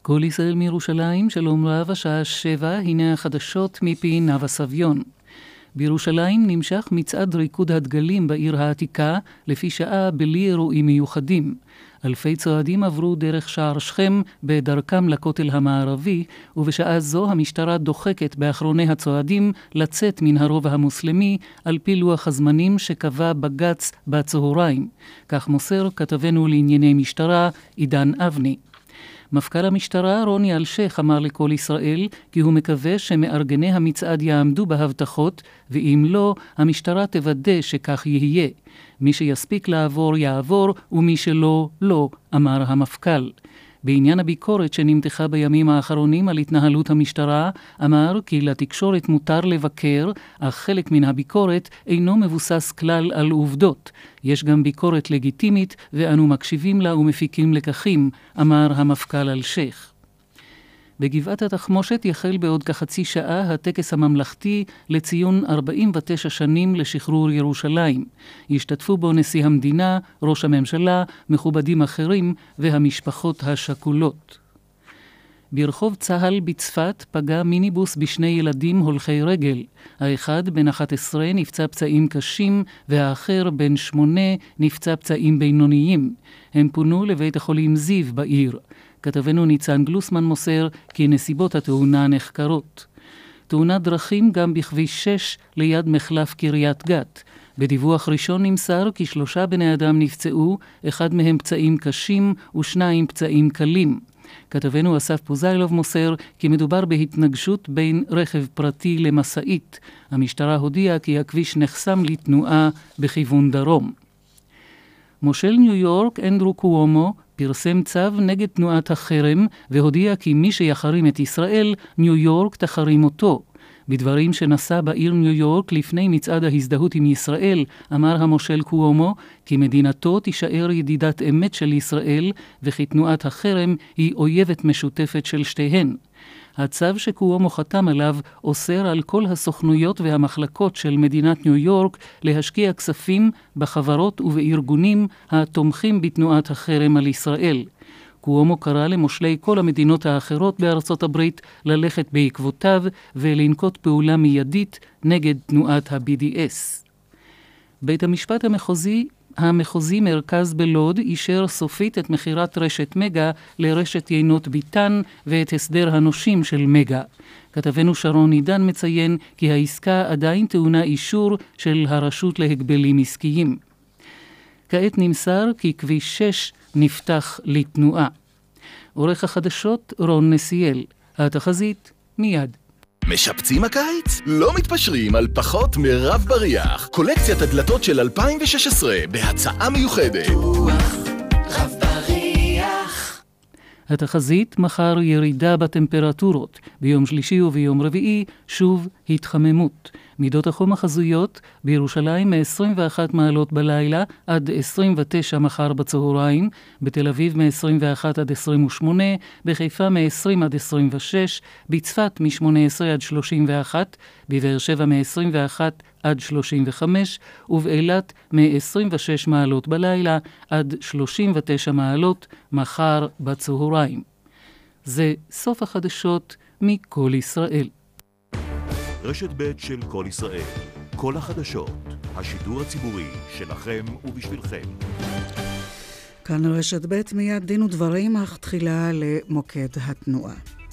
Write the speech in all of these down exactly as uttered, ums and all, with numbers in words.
כל ישראל מירושלים, שלום רב, השעה שבע, הנה החדשות מפי נאוה סביון. בירושלים נמשך מצעד ריקוד הדגלים בעיר העתיקה, לפי שעה בלי אירועים מיוחדים. אלפי צועדים עברו דרך שער שכם בדרכם לכותל המערבי, ובשעה זו המשטרה דוחקת באחרוני הצועדים לצאת מן הרובע המוסלמי על פי לוח הזמנים שקבע בג"ץ בצהריים. כך מוסר כתבנו לענייני משטרה עידן אבני. מפכ"ל המשטרה רוני אלשיך אמר לכל ישראל כי הוא מקווה שמארגני המצעד יעמדו בהבטחות, ואם לא, המשטרה תוודא שכך יהיה. מי שיספיק לעבור יעבור, ומי שלא, לא, אמר המפכ"ל. בעניין הביקורת שנמתחה בימים האחרונים על התנהלות המשטרה, אמר כי לתקשורת מותר לבקר, אך חלק מן הביקורת אינו מבוסס כלל על עובדות. יש גם ביקורת לגיטימית ואנו מקשיבים לה ומפיקים לקחים, אמר המפכ"ל אלשיך. בגבעת התחמושת יחל בעוד כחצי שעה הטקס הממלכתי לציון ארבעים ותשע שנים לשחרור ירושלים. ישתתפו בו נשיא המדינה, ראש הממשלה, מכובדים אחרים והמשפחות השכולות. ברחוב צהל בצפת פגע מיניבוס בשני ילדים הולכי רגל. האחד בן אחת עשרה נפצע פצעים קשים והאחר בן שמונה נפצע פצעים בינוניים. הם פונו לבית החולים זיו בעיר. כתבנו ניצן גלוסמן מוסר כי נסיבות התאונה נחקרות. תאונת דרכים גם בכביש שש ליד מחלף קריית גת. בדיווח ראשון נמסר כי שלושה בני אדם נפצעו, אחד מהם פצעים קשים ושניים פצעים קלים. כתבנו אסף פוזיילוב מוסר כי מדובר בהתנגשות בין רכב פרטי למסעית. המשטרה הודיעה כי הכביש נחסם לתנועה בכיוון דרום. מושל ניו יורק אנדרו קואומו פרסם צו נגד תנועת החרם והודיע כי מי שיחרים את ישראל, ניו יורק תחרים אותו. בדברים שנשא בעיר ניו יורק לפני מצעד ההזדהות עם ישראל, אמר המושל קואומו כי מדינתו תישאר ידידת אמת של ישראל וכי תנועת החרם היא אויבת משותפת של שתיהן. הצו שקואומו חתם עליו אוסר על כל הסוכנויות והמחלקות של מדינת ניו יורק להשקיע כספים בחברות ובארגונים התומכים בתנועת החרם על ישראל. קואומו קרא למושלי כל המדינות האחרות בארצות הברית ללכת בעקבותיו ולנקוט פעולה מיידית נגד תנועת ה-בי די אס. בית המשפט המחוזי המחוזי מרכז בלוד אישר סופית את מחירת רשת מגה לרשת יינות ביטן ואת הסדר הנושים של מגה. כתבנו שרון עידן מציין כי העסקה עדיין טעונה אישור של הרשות להגבלים עסקיים. כעת נמסר כי כביש שש נפתח לתנועה. עורך החדשות רון נסיאל. התחזית מיד. משפצים הקיץ? לא מתפשרים על פחות מרב בריח. קולקציית הדלתות של אלפיים ושש עשרה בהצעה מיוחדת. רב בריח. התחזית מחר ירידה בטמפרטורות. ביום שלישי וביום רביעי שוב התחממות. מידות החום החזויות בירושלים מ-עשרים ואחת מעלות בלילה עד עשרים ותשע מחר בצהריים, בתל אביב מ-עשרים ואחת עד עשרים ושמונה, בחיפה מ-עשרים עד עשרים ושש, בצפת מ-שמונה עשרה עד שלושים ואחת, בבאר שבע מ-עשרים ואחת עד שלושים וחמש, ובאילת מ-עשרים ושש מעלות בלילה עד שלושים ותשע מעלות מחר בצהריים. זה סוף החדשות מכל ישראל. רשת ב' של כל ישראל, כל החדשות, השידור הציבורי שלכם ובשבילכם. כאן רשת ב' מיד דין ודברים, אך תחילה למוקד התנועה.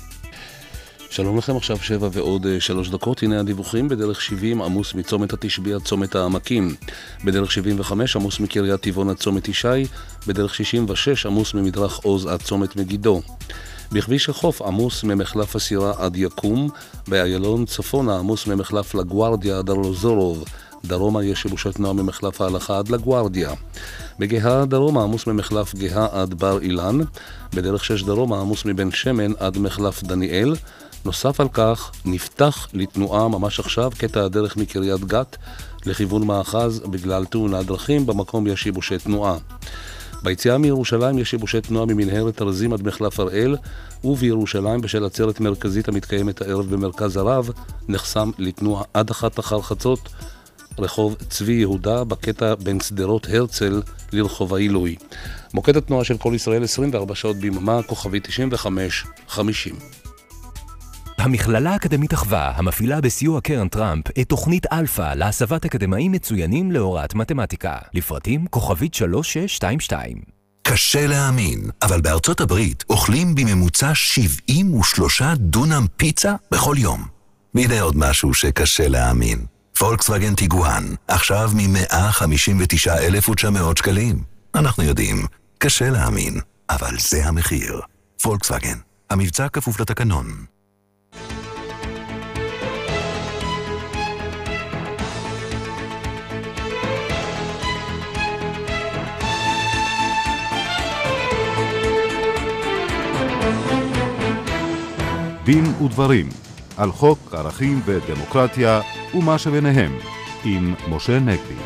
שלום לכם, עכשיו שבע ועוד שלוש דקות, הנה הדיווחים. בדרך שבעים עמוס מצומת התשבי עד צומת העמקים, בדרך שבעים וחמש עמוס מקריית טבעון עד צומת ישי, בדרך שישים ושש עמוס ממדרך עוז עד צומת מגידו. בכביש החוף עמוס ממחלף הסירה עד יקום, באיילון צפונה עמוס ממחלף לגוארדיה עד ארלוזורוב, דרומה יש שיבושי תנועה ממחלף ההלכה עד לגוארדיה. בגאה דרומה עמוס ממחלף גאה עד בר אילן, בדרך שש דרומה עמוס מבן שמן עד מחלף דניאל. נוסף על כך נפתח לתנועה ממש עכשיו קטע הדרך מקריית גת לכיוון מאחז בגלל תאונת דרכים, במקום יש שיבושי תנועה. ביציאה מירושלים יש שיבושי תנועה ממנהרת ארזים עד מחלף הראל, ובירושלים בשל עצרת מרכזית המתקיימת הערב במרכז הרב נחסם לתנועה עד אחת אחר חצות רחוב צבי יהודה בקטע בין שדרות הרצל לרחוב העילוי. מוקד התנועה של כל ישראל עשרים וארבע שעות ביממה, כוכבי תשעים וחמש חמישים. המכללה האקדמית אחווה, המפעילה בסיוע קרן טראמפ את תוכנית אלפא להסבת אקדמאים מצוינים להוראת מתמטיקה. לפרטים כוכבית שלוש שש שתיים שתיים. קשה להאמין, אבל בארצות הברית אוכלים בממוצע שבעים ושלושה דונם פיצה בכל יום. והנה עוד משהו שקשה להאמין. פולקסווגן טיגואן, עכשיו מ-מאה חמישים ותשעה אלף ותשע מאות שקלים. אנחנו יודעים, קשה להאמין, אבל זה המחיר. פולקסווגן, המבצע כפוף לתקנון. דין ודברים על חוק, ערכים ודמוקרטיה ומה שביניהם עם משה נגבי.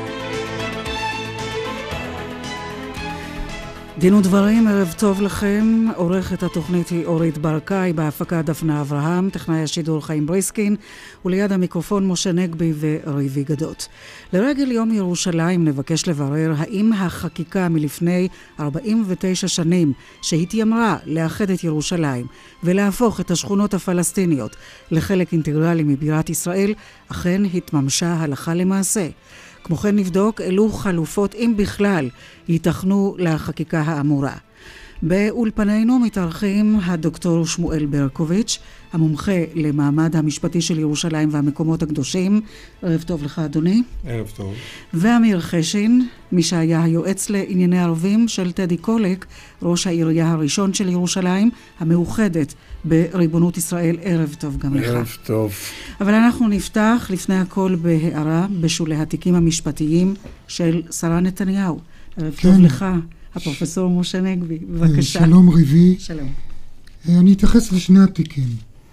דין ודברים, ערב טוב לכם. עורכת התוכנית היא אורית ברקאי, בהפקה דפנה אברהם, טכנאי השידור חיים בריסקין, וליד המיקרופון משה נגבי וריבי גדות. לרגל יום ירושלים נבקש לברר האם החקיקה מלפני ארבעים ותשע שנים שהתיימרה לאחד את ירושלים ולהפוך את השכונות הפלסטיניות לחלק אינטגרלי מבירת ישראל אכן התממשה הלכה למעשה. כמו כן נבדוק אילו חלופות, אם בכלל, ייתכנו לחקיקה האמורה. באולפנינו מתארחים הדוקטור שמואל ברקוביץ', המומחה למעמד המשפטי של ירושלים והמקומות הקדושים. ערב טוב לך, אדוני. ערב טוב. ואמיר חשין, מי שהיה היועץ לענייני ערבים של טדי קולק, ראש העירייה הראשון של ירושלים, המאוחדת בריבונות ישראל. ערב טוב גם לך. ערב טוב. אבל אנחנו נפתח לפני הכל בהערה בשולי התיקים המשפטיים של שרה נתניהו. ערב כן. טוב לך, הפרופסור משה נגבי. בבקשה. שלום ריבי. שלום. אני אתייחס לשני התיקים.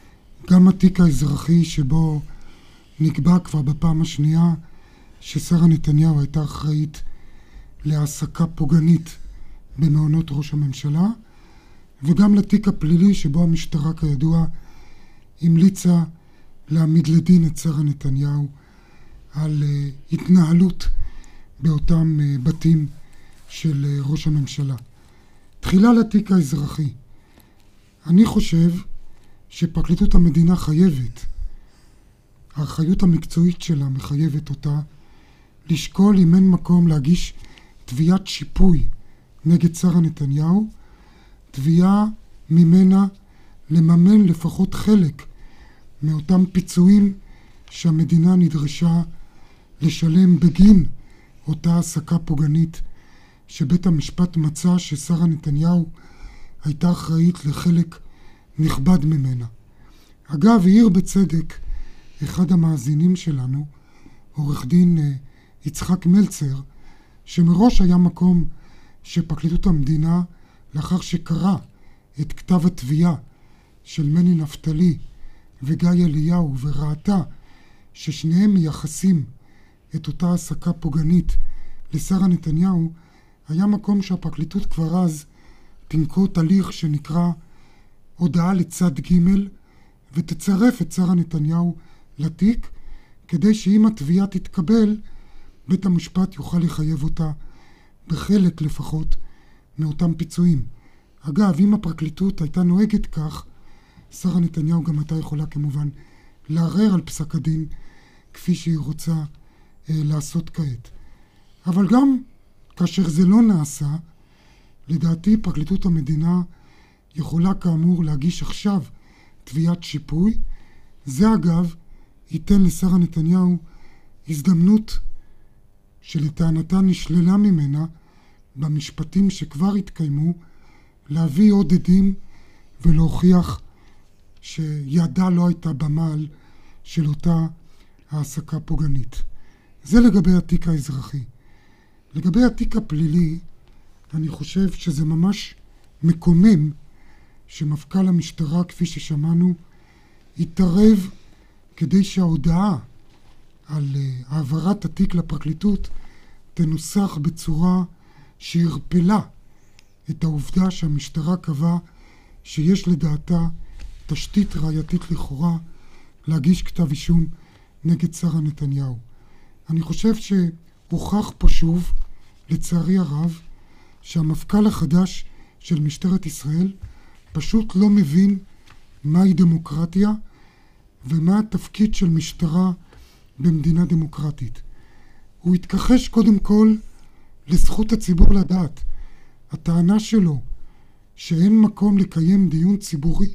גם התיק האזרחי שבו נקבע כבר בפעם השנייה ששרה נתניהו הייתה אחראית להעסקה פוגענית במעונות ראש הממשלה, וגם לתיק הפלילי שבו המשטרה כידוע המליצה להעמיד לדין את שרה נתניהו על uh, התנהלות באותם uh, בתים של uh, ראש הממשלה. תחילה לתיק האזרחי. אני חושב שפרקליטות המדינה חייבת, האחריות המקצועית שלה מחייבת אותה, לשקול אם אין מקום להגיש תביעת שיפוי נגד שרה נתניהו, תביעה ממנה לממן לפחות חלק מאותם פיצויים שהמדינה נדרשה לשלם בגין אותה העסקה פוגענית שבית המשפט מצא ששרה נתניהו הייתה אחראית לחלק נכבד ממנה. אגב, העיר בצדק אחד המאזינים שלנו, עורך דין יצחק מלצר, שמראש היה מקום שפרקליטות המדינה, לאחר שקרא את כתב התביעה של מני נפתלי וגיא אליהו וראתה ששניהם מייחסים את אותה העסקה פוגענית לשרה נתניהו, היה מקום שהפרקליטות כבר אז תנקוט הליך שנקרא הודעה לצד ג' ותצרף את שרה נתניהו לתיק, כדי שאם התביעה תתקבל, בית המשפט יוכל לחייב אותה בחלק לפחות מאותם פיצויים. אגב, אם הפרקליטות הייתה נוהגת כך, שרה נתניהו גם הייתה יכולה כמובן לערער על פסק הדין כפי שהיא רוצה אה, לעשות כעת. אבל גם כאשר זה לא נעשה, לדעתי פרקליטות המדינה יכולה כאמור להגיש עכשיו תביעת שיפוי. זה אגב ייתן לשרה נתניהו הזדמנות שלטענתה נשללה ממנה במשפטים שכבר התקיימו, להביא עוד עדים ולהוכיח שידה לא הייתה במעל של אותה העסקה פוגענית. זה לגבי התיק האזרחי. לגבי התיק הפלילי, אני חושב שזה ממש מקומם שמפכ"ל המשטרה, כפי ששמענו, התערב כדי שההודעה על uh, העברת התיק לפרקליטות תנוסח בצורה שהרפלה את העובדה שהמשטרה קבעה שיש לדעתה תשתית ראייתית לכאורה להגיש כתב אישום נגד שרה נתניהו. אני חושב שהוכח פה שוב, לצערי הרב, שהמפכ"ל החדש של משטרת ישראל פשוט לא מבין מהי דמוקרטיה ומה התפקיד של משטרה במדינה דמוקרטית. הוא התכחש קודם כל לזכות הציבור לדעת. הטענה שלו שאין מקום לקיים דיון ציבורי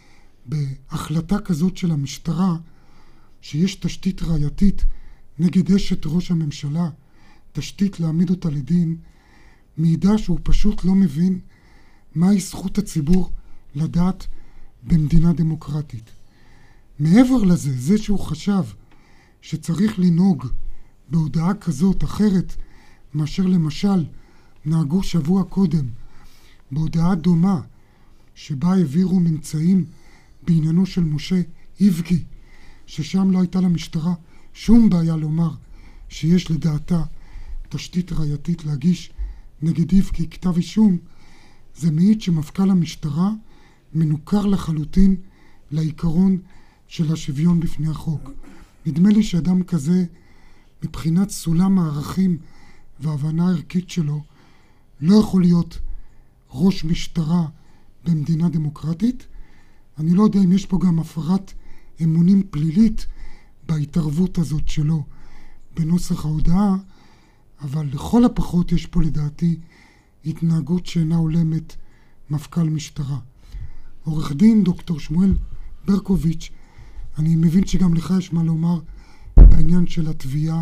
בהחלטה כזאת של המשטרה, שיש תשתית ראייתית נגד אשת ראש הממשלה, תשתית להעמיד אותה לדין, מעידה שהוא פשוט לא מבין מהי זכות הציבור לדעת במדינה דמוקרטית. מעבר לזה, זה שהוא חשב שצריך לנהוג בהודעה כזאת אחרת מאשר למשל נהגו שבוע קודם בהודעה דומה שבה העבירו ממצאים בעניינו של משה איבגי, ששם לא הייתה למשטרה שום בעיה לומר שיש לדעתה תשתית ראייתית להגיש נגד איבגי כתב אישום, זה מעיד שמפכ"ל המשטרה מנוכר לחלוטין לעיקרון של השוויון בפני החוק. נדמה לי שאדם כזה, מבחינת סולם הערכים וההבנה הערכית שלו, לא יכול להיות ראש משטרה במדינה דמוקרטית. אני לא יודע אם יש פה גם הפרת אמונים פלילית בהתערבות הזאת שלו בנוסח ההודעה, אבל לכל הפחות יש פה לדעתי התנהגות שאינה הולמת מפכ"ל משטרה. עורך דין דוקטור שמואל ברקוביץ', אני מבין שגם לך יש מה לומר בעניין של התביעה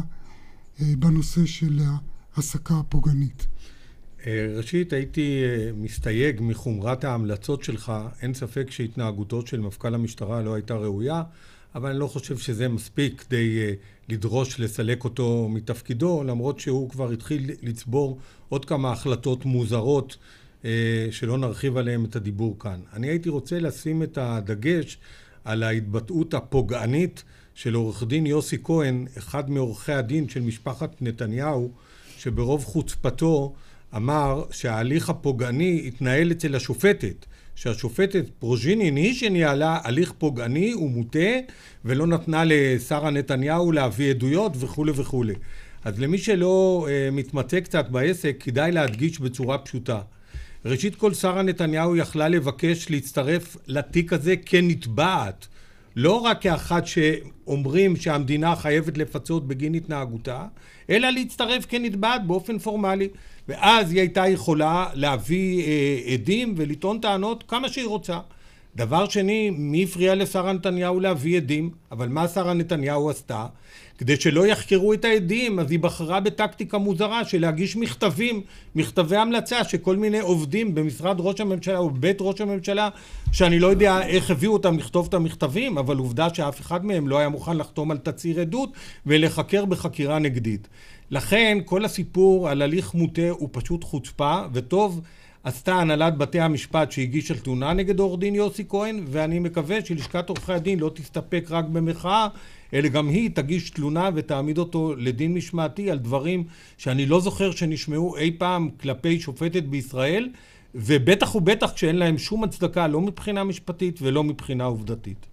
בנושא של העסקה הפוגענית. ראשית, הייתי מסתייג מחומרת ההמלצות שלך. אין ספק שהתנהגותו של מפכ"ל המשטרה לא הייתה ראויה, אבל אני לא חושב שזה מספיק כדי לדרוש לסלק אותו מתפקידו, למרות שהוא כבר התחיל לצבור עוד כמה החלטות מוזרות שלא נרחיב עליהם את הדיבור כאן. אני הייתי רוצה לשים את הדגש על ההתבטאות הפוגענית של עורך דין יוסי כהן, אחד מעורכי הדין של משפחת נתניהו, שברוב חוצפתו אמר שההליך הפוגעני התנהל אצל השופטת, שהשופטת פרוז'ינין היא שניהלה הליך פוגעני ומוטה ולא נתנה לשרה נתניהו להביא עדויות וכו' וכו'. אז למי שלא uh, מתמצא קצת בעסק, כדאי להדגיש בצורה פשוטה. ראשית כל, שרה נתניהו יכלה לבקש להצטרף לתיק הזה כנתבעת, לא רק כאחת שאומרים שהמדינה חייבת לפצות בגין התנהגותה, אלא להצטרף כנתבעת באופן פורמלי. ואז היא הייתה יכולה להביא אה, עדים ולטעון טענות כמה שהיא רוצה. דבר שני, מי הפריע לשרה נתניהו להביא עדים? אבל מה שרה נתניהו עשתה? כדי שלא יחקרו את העדים, אז היא בחרה בטקטיקה מוזרה של להגיש מכתבים, מכתבי המלצה שכל מיני עובדים במשרד ראש הממשלה או בית ראש הממשלה, שאני לא יודע איך הביאו אותם לכתוב את המכתבים, אבל עובדה שאף אחד מהם לא היה מוכן לחתום על תצהיר עדות ולחקר בחקירה נגדית. לכן כל הסיפור על הליך מוטה הוא פשוט חוצפה, וטוב עשתה הנהלת בתי המשפט שהגישה תלונה נגד עורך דין יוסי כהן, ואני מקווה שלשכת עורכי הדין לא תסתפק רק במחאה, אלא גם היא תגיש תלונה ותעמיד אותו לדין משמעתי על דברים שאני לא זוכר שנשמעו אי פעם כלפי שופטת בישראל, ובטח ובטח כשאין להם שום הצדקה, לא מבחינה משפטית ולא מבחינה עובדתית.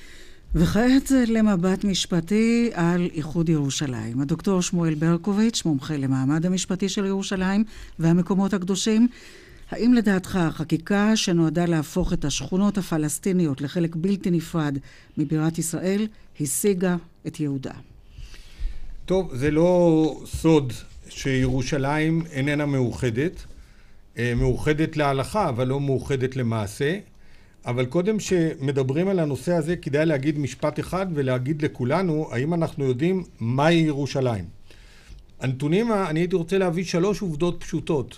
וכעת למבט משפטי על איחוד ירושלים. הדוקטור שמואל ברקוביץ', מומחה למעמד המשפטי של ירושלים והמקומות הקדושים, האם לדעתך החקיקה שנועדה להפוך את השכונות הפלסטיניות לחלק בלתי נפרד מבירת ישראל השיגה את יהודה? טוב, זה לא סוד שירושלים איננה מאוחדת, מאוחדת להלכה אבל לא מאוחדת למעשה. אבל קודם שמדברים על הנושא הזה כדאי להגיד משפט אחד ולהגיד לכולנו האם אנחנו יודעים מהי ירושלים. הנתונים, אני הייתי רוצה להביא שלוש עובדות פשוטות.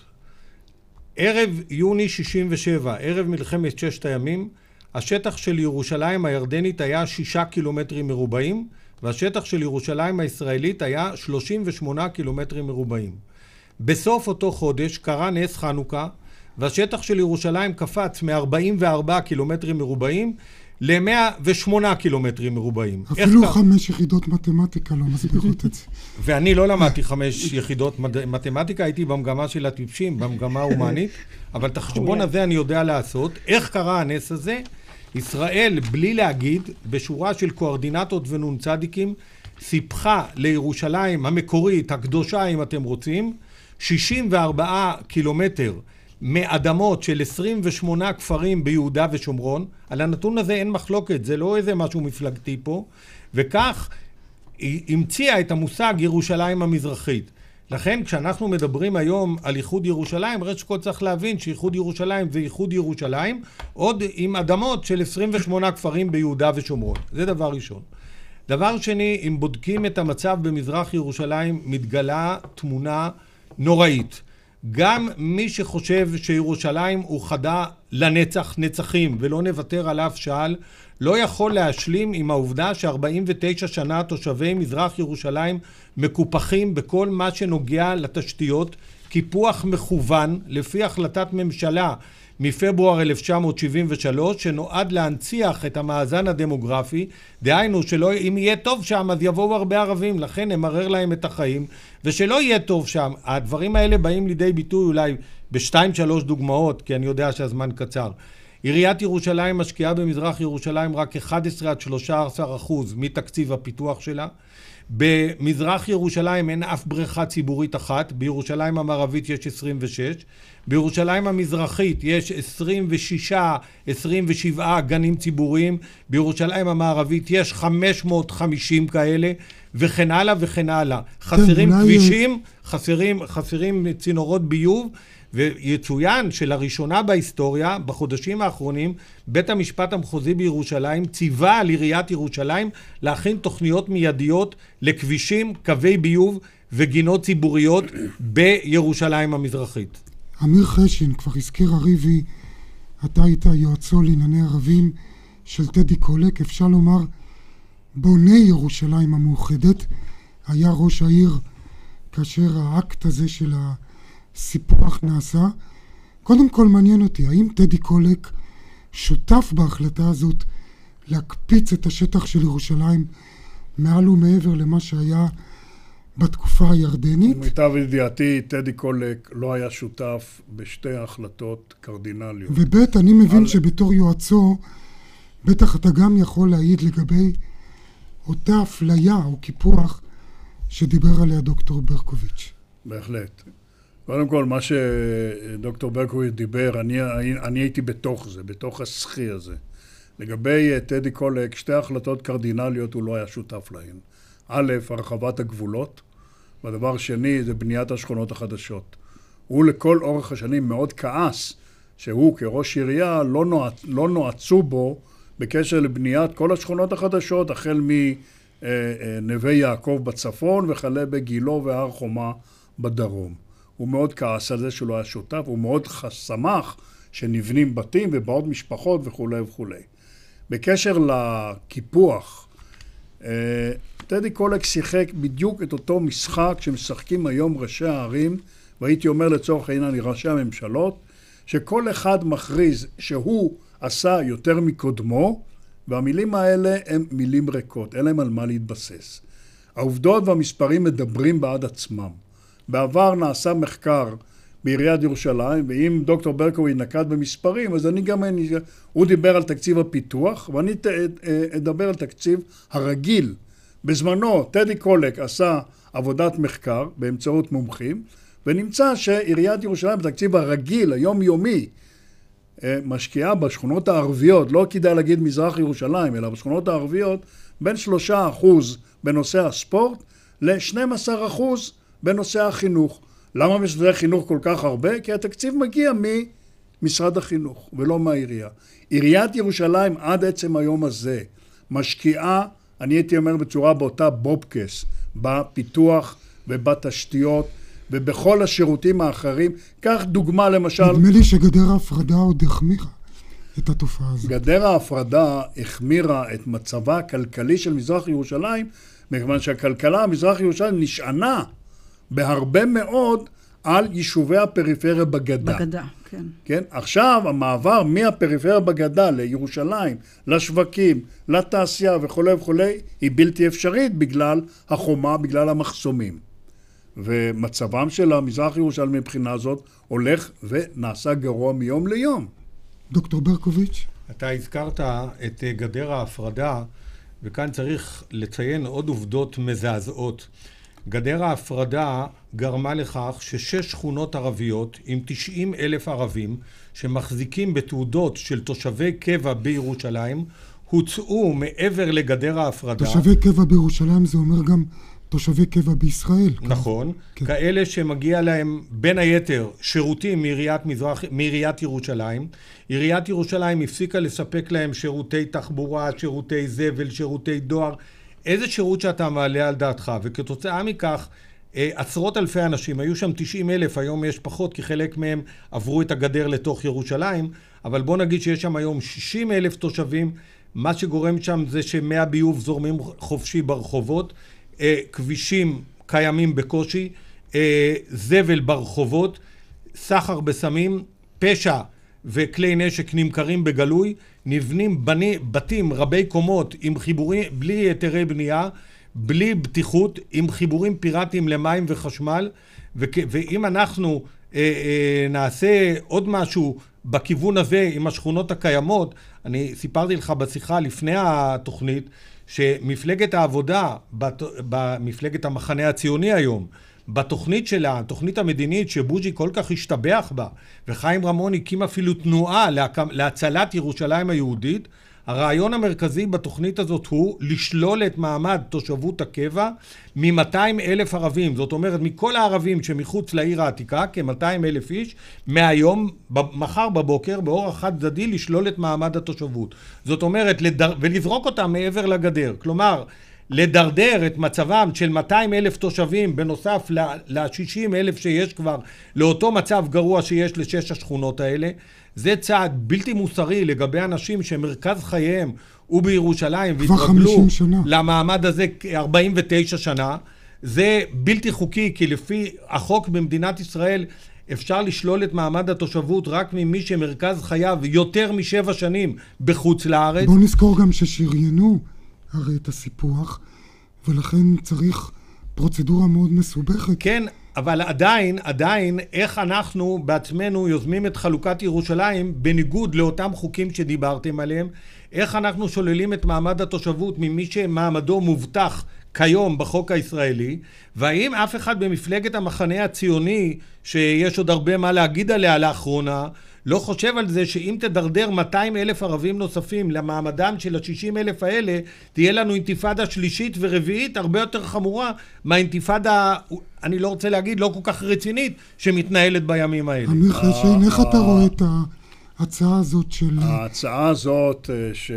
ערב יוני שישים ושבע, ערב מלחמת ששת הימים, השטח של ירושלים הירדנית היה שישה קילומטרים מרובעים, והשטח של ירושלים הישראלית היה שלושים ושמונה קילומטרים מרובעים. בסוף אותו חודש קרה נס חנוכה, והשטח של ירושלים קפץ מ-ארבעים וארבעה קילומטרים מרובעים ל-מאה ושמונה קילומטרים מרובעים. אפילו חמש יחידות מתמטיקה לא מסבירות את זה. ואני לא למדתי חמש יחידות מתמטיקה, הייתי במגמה של הטיפשים, במגמה ההומנית, אבל את החשבון הזה אני יודע לעשות. איך קרה הנס הזה? ישראל, בלי להגיד, בשורה של קואורדינטות ונון צדיקים, סיפחה לירושלים המקורית, הקדושה אם אתם רוצים, שישים וארבעה קילומטר מאדמות של עשרים ושמונה כפרים ביהודה ושומרון. על הנתון הזה אין מחלוקת, זה לא איזה משהו מפלגתי פה, וכך היא המציאה את המושג ירושלים המזרחית. לכן כשאנחנו מדברים היום על איחוד ירושלים, ראשית כל צריך להבין שאיחוד ירושלים זה איחוד ירושלים, עוד עם אדמות של עשרים ושמונה כפרים ביהודה ושומרון. זה דבר ראשון. דבר שני, אם בודקים את המצב במזרח ירושלים, מתגלה תמונה נוראית. גם מי שחושב שירושלים הוא חדה לנצח נצחים ולא נוותר על אף שעל, לא יכול להשלים עם העובדה ש-ארבעים ותשע שנה תושבי מזרח ירושלים מקופחים בכל מה שנוגע לתשתיות, קיפוח מכוון לפי החלטת ממשלה מפברואר אלף תשע מאות שבעים ושלוש שנועד להנציח את המאזן הדמוגרפי, דהיינו שלא, אם יהיה טוב שם אז יבואו הרבה ערבים, לכן נמרר להם את החיים, ושלא יהיה טוב שם. הדברים האלה באים לידי ביטוי אולי בשתיים שלוש דוגמאות, כי אני יודע שהזמן קצר. עיריית ירושלים משקיעה במזרח ירושלים רק אחד עשר עד שלושה עשר אחוז מתקציב הפיתוח שלה. במזרח ירושלים אין אף בריכה ציבורית אחת, בירושלים המערבית יש עשרים ושש, בירושלים המזרחית יש עשרים ושש עשרים ושבע גנים ציבוריים, בירושלים המערבית יש חמש מאות וחמישים כאלה, וכן הלאה וכן הלאה. חסרים כבישים, חסרים, חסרים צינורות ביוב, ויצוין שלראשונה בהיסטוריה, בחודשים האחרונים, בית המשפט המחוזי בירושלים ציווה על עיריית ירושלים להכין תוכניות מיידיות לכבישים, קווי ביוב וגינות ציבוריות בירושלים המזרחית. אמיר חשין, כבר הזכיר הריבי, אתה היית יועצו לענייני ערבים של טדי קולק, אפשר לומר בוני ירושלים המאוחדת, היה ראש העיר כאשר האקט הזה של הסיפוח נעשה. קודם כל מעניין אותי, האם טדי קולק שותף בהחלטה הזאת להקפיץ את השטח של ירושלים מעל ומעבר למה שהיה בתקופה הירדנית? למיטב ידיעתי, טדי קולק לא היה שותף בשתי החלטות קרדינליות. ובית, אני מבין על... שבתור יועצו, בטח אתה גם יכול להעיד לגבי אותה אפליה או קיפוח שדיבר עליה דוקטור ברקוביץ'. בהחלט. קודם כל, מה שדוקטור ברקוביץ' דיבר, אני, אני הייתי בתוך זה, בתוך השחי הזה. לגבי טדי קולק, שתי החלטות קרדינליות הוא לא היה שותף להן. א', הרחבת הגבולות, והדבר שני זה בניית השכונות החדשות. הוא לכל אורך השנים מאוד כעס שהוא כראש עירייה לא, נועצ, לא נועצו בו בקשר לבניית כל השכונות החדשות, החל מנווה יעקב בצפון וכלה בגילו והר חומה בדרום. הוא מאוד כעס על זה שהוא לא היה שותף, הוא מאוד שמח שנבנים בתים ובאות משפחות וכו' וכו'. בקשר לקיפוח, טדי קולק שיחק בדיוק את אותו משחק שמשחקים היום ראשי הערים, והייתי אומר לצורך העניין ראשי הממשלות, שכל אחד מכריז שהוא עשה יותר מקודמו, והמילים האלה הם מילים ריקות, אין להם על מה להתבסס. העובדות והמספרים מדברים בעד עצמם. בעבר נעשה מחקר בעיריית ירושלים, ואם דוקטור ברקוביץ' נקט במספרים, אז אני גם, הוא דיבר על תקציב הפיתוח, ואני אדבר על תקציב הרגיל. בזמנו, טדי קולק עשה עבודת מחקר באמצעות מומחים, ונמצא שעיריית ירושלים בתקציב הרגיל, היומיומי, משקיעה בשכונות הערביות, לא כדאי להגיד מזרח ירושלים, אלא בשכונות הערביות, בין שלושה אחוז בנושא הספורט, ל-שנים עשר אחוז בנושא החינוך. למה משרד החינוך כל כך הרבה? כי התקציב מגיע ממשרד החינוך ולא מהעירייה. עיריית ירושלים עד עצם היום הזה משקיעה, אני הייתי אומר בצורה באותה בובקס, בפיתוח ובתשתיות ובכל השירותים האחרים. כך דוגמה למשל... נדמה לי שגדר ההפרדה עוד החמירה את התופעה הזאת. גדר ההפרדה החמירה את מצבה הכלכלי של מזרח ירושלים, מכיוון שהכלכלה המזרח ירושלים נשענה בהרבה מאוד על יישובי הפריפריה בגדה. בגדה, כן. כן? עכשיו המעבר מהפריפריה בגדה לירושלים, לשווקים, לתעשייה וכו' וכו', היא בלתי אפשרית בגלל החומה, בגלל המחסומים. ומצבם של המזרח ירושלים מבחינה זאת הולך ונעשה גרוע מיום ליום. דוקטור ברקוביץ'. אתה הזכרת את גדר ההפרדה, וכאן צריך לציין עוד עובדות מזעזעות. גדר ההפרדה גרמה לכך ששש שכונות ערביות עם תשעים אלף ערבים שמחזיקים בתעודות של תושבי קבע בירושלים הוצאו מעבר לגדר ההפרדה. תושבי קבע בירושלים זה אומר גם תושבי קבע בישראל. נכון. כן. כאלה שמגיע להם בין היתר שירותים מעיריית, מזרח, מעיריית ירושלים. עיריית ירושלים הפסיקה לספק להם שירותי תחבורה, שירותי זבל, שירותי דואר. איזה שירות שאתה מעלה על דעתך, וכתוצאה מכך עשרות אלפי אנשים, היו שם תשעים אלף, היום יש פחות כי חלק מהם עברו את הגדר לתוך ירושלים, אבל בוא נגיד שיש שם היום שישים אלף תושבים, מה שגורם שם זה שמי הביוב זורמים חופשי ברחובות, כבישים קיימים בקושי, זבל ברחובות, סחר בסמים, פשע וכלי נשק נמכרים בגלוי, נבנים בני, בתים רבי קומות עם חיבורים, בלי היתרי בנייה, בלי בטיחות, עם חיבורים פיראטיים למים וחשמל, וכ, ואם אנחנו אה, אה, נעשה עוד משהו בכיוון הזה עם השכונות הקיימות, אני סיפרתי לך בשיחה לפני התוכנית, שמפלגת העבודה, במפלגת המחנה הציוני היום, בתוכנית שלה, התוכנית המדינית שבוז'י כל כך השתבח בה, וחיים רמון הקים אפילו תנועה להצלת ירושלים היהודית, הרעיון המרכזי בתוכנית הזאת הוא לשלול את מעמד תושבות הקבע מ-מאתיים אלף ערבים. זאת אומרת, מכל הערבים שמחוץ לעיר העתיקה, כ-מאתיים אלף איש, מהיום, מחר בבוקר, באורח חד צדדי, לשלול את מעמד התושבות. זאת אומרת, לדר... ולזרוק אותם מעבר לגדר. כלומר, לדרדר את מצבם של מאתיים אלף תושבים בנוסף ל-שישים אלף שיש כבר, לאותו מצב גרוע שיש לשש השכונות האלה, זה צעד בלתי מוסרי לגבי אנשים שמרכז חייהם הוא בירושלים והתרגלו למעמד הזה ארבעים ותשע שנה. זה בלתי חוקי, כי לפי החוק במדינת ישראל אפשר לשלול את מעמד התושבות רק ממי שמרכז חייו יותר משבע שנים בחוץ לארץ. בוא נזכור גם ששריינו הרי את הסיפוח, ולכן צריך פרוצדורה מאוד מסובכת. כן, אבל עדיין, עדיין, איך אנחנו בעצמנו יוזמים את חלוקת ירושלים בניגוד לאותם חוקים שדיברתם עליהם, איך אנחנו שוללים את מעמד התושבות ממי שמעמדו מובטח כיום בחוק הישראלי, והאם אף אחד במפלגת המחנה הציוני, שיש עוד הרבה מה להגיד עליה לאחרונה, לא חושב על זה שאם תדרדר מאתיים אלף ערבים נוספים למעמדם של ה-שישים אלף האלה, תהיה לנו אינתיפאדה שלישית ורביעית הרבה יותר חמורה מהאינתיפאדה, אני לא רוצה להגיד, לא כל כך רצינית, שמתנהלת בימים האלה. אמיר חשין, איך אתה רואה את ההצעה הזאת של... ההצעה הזאת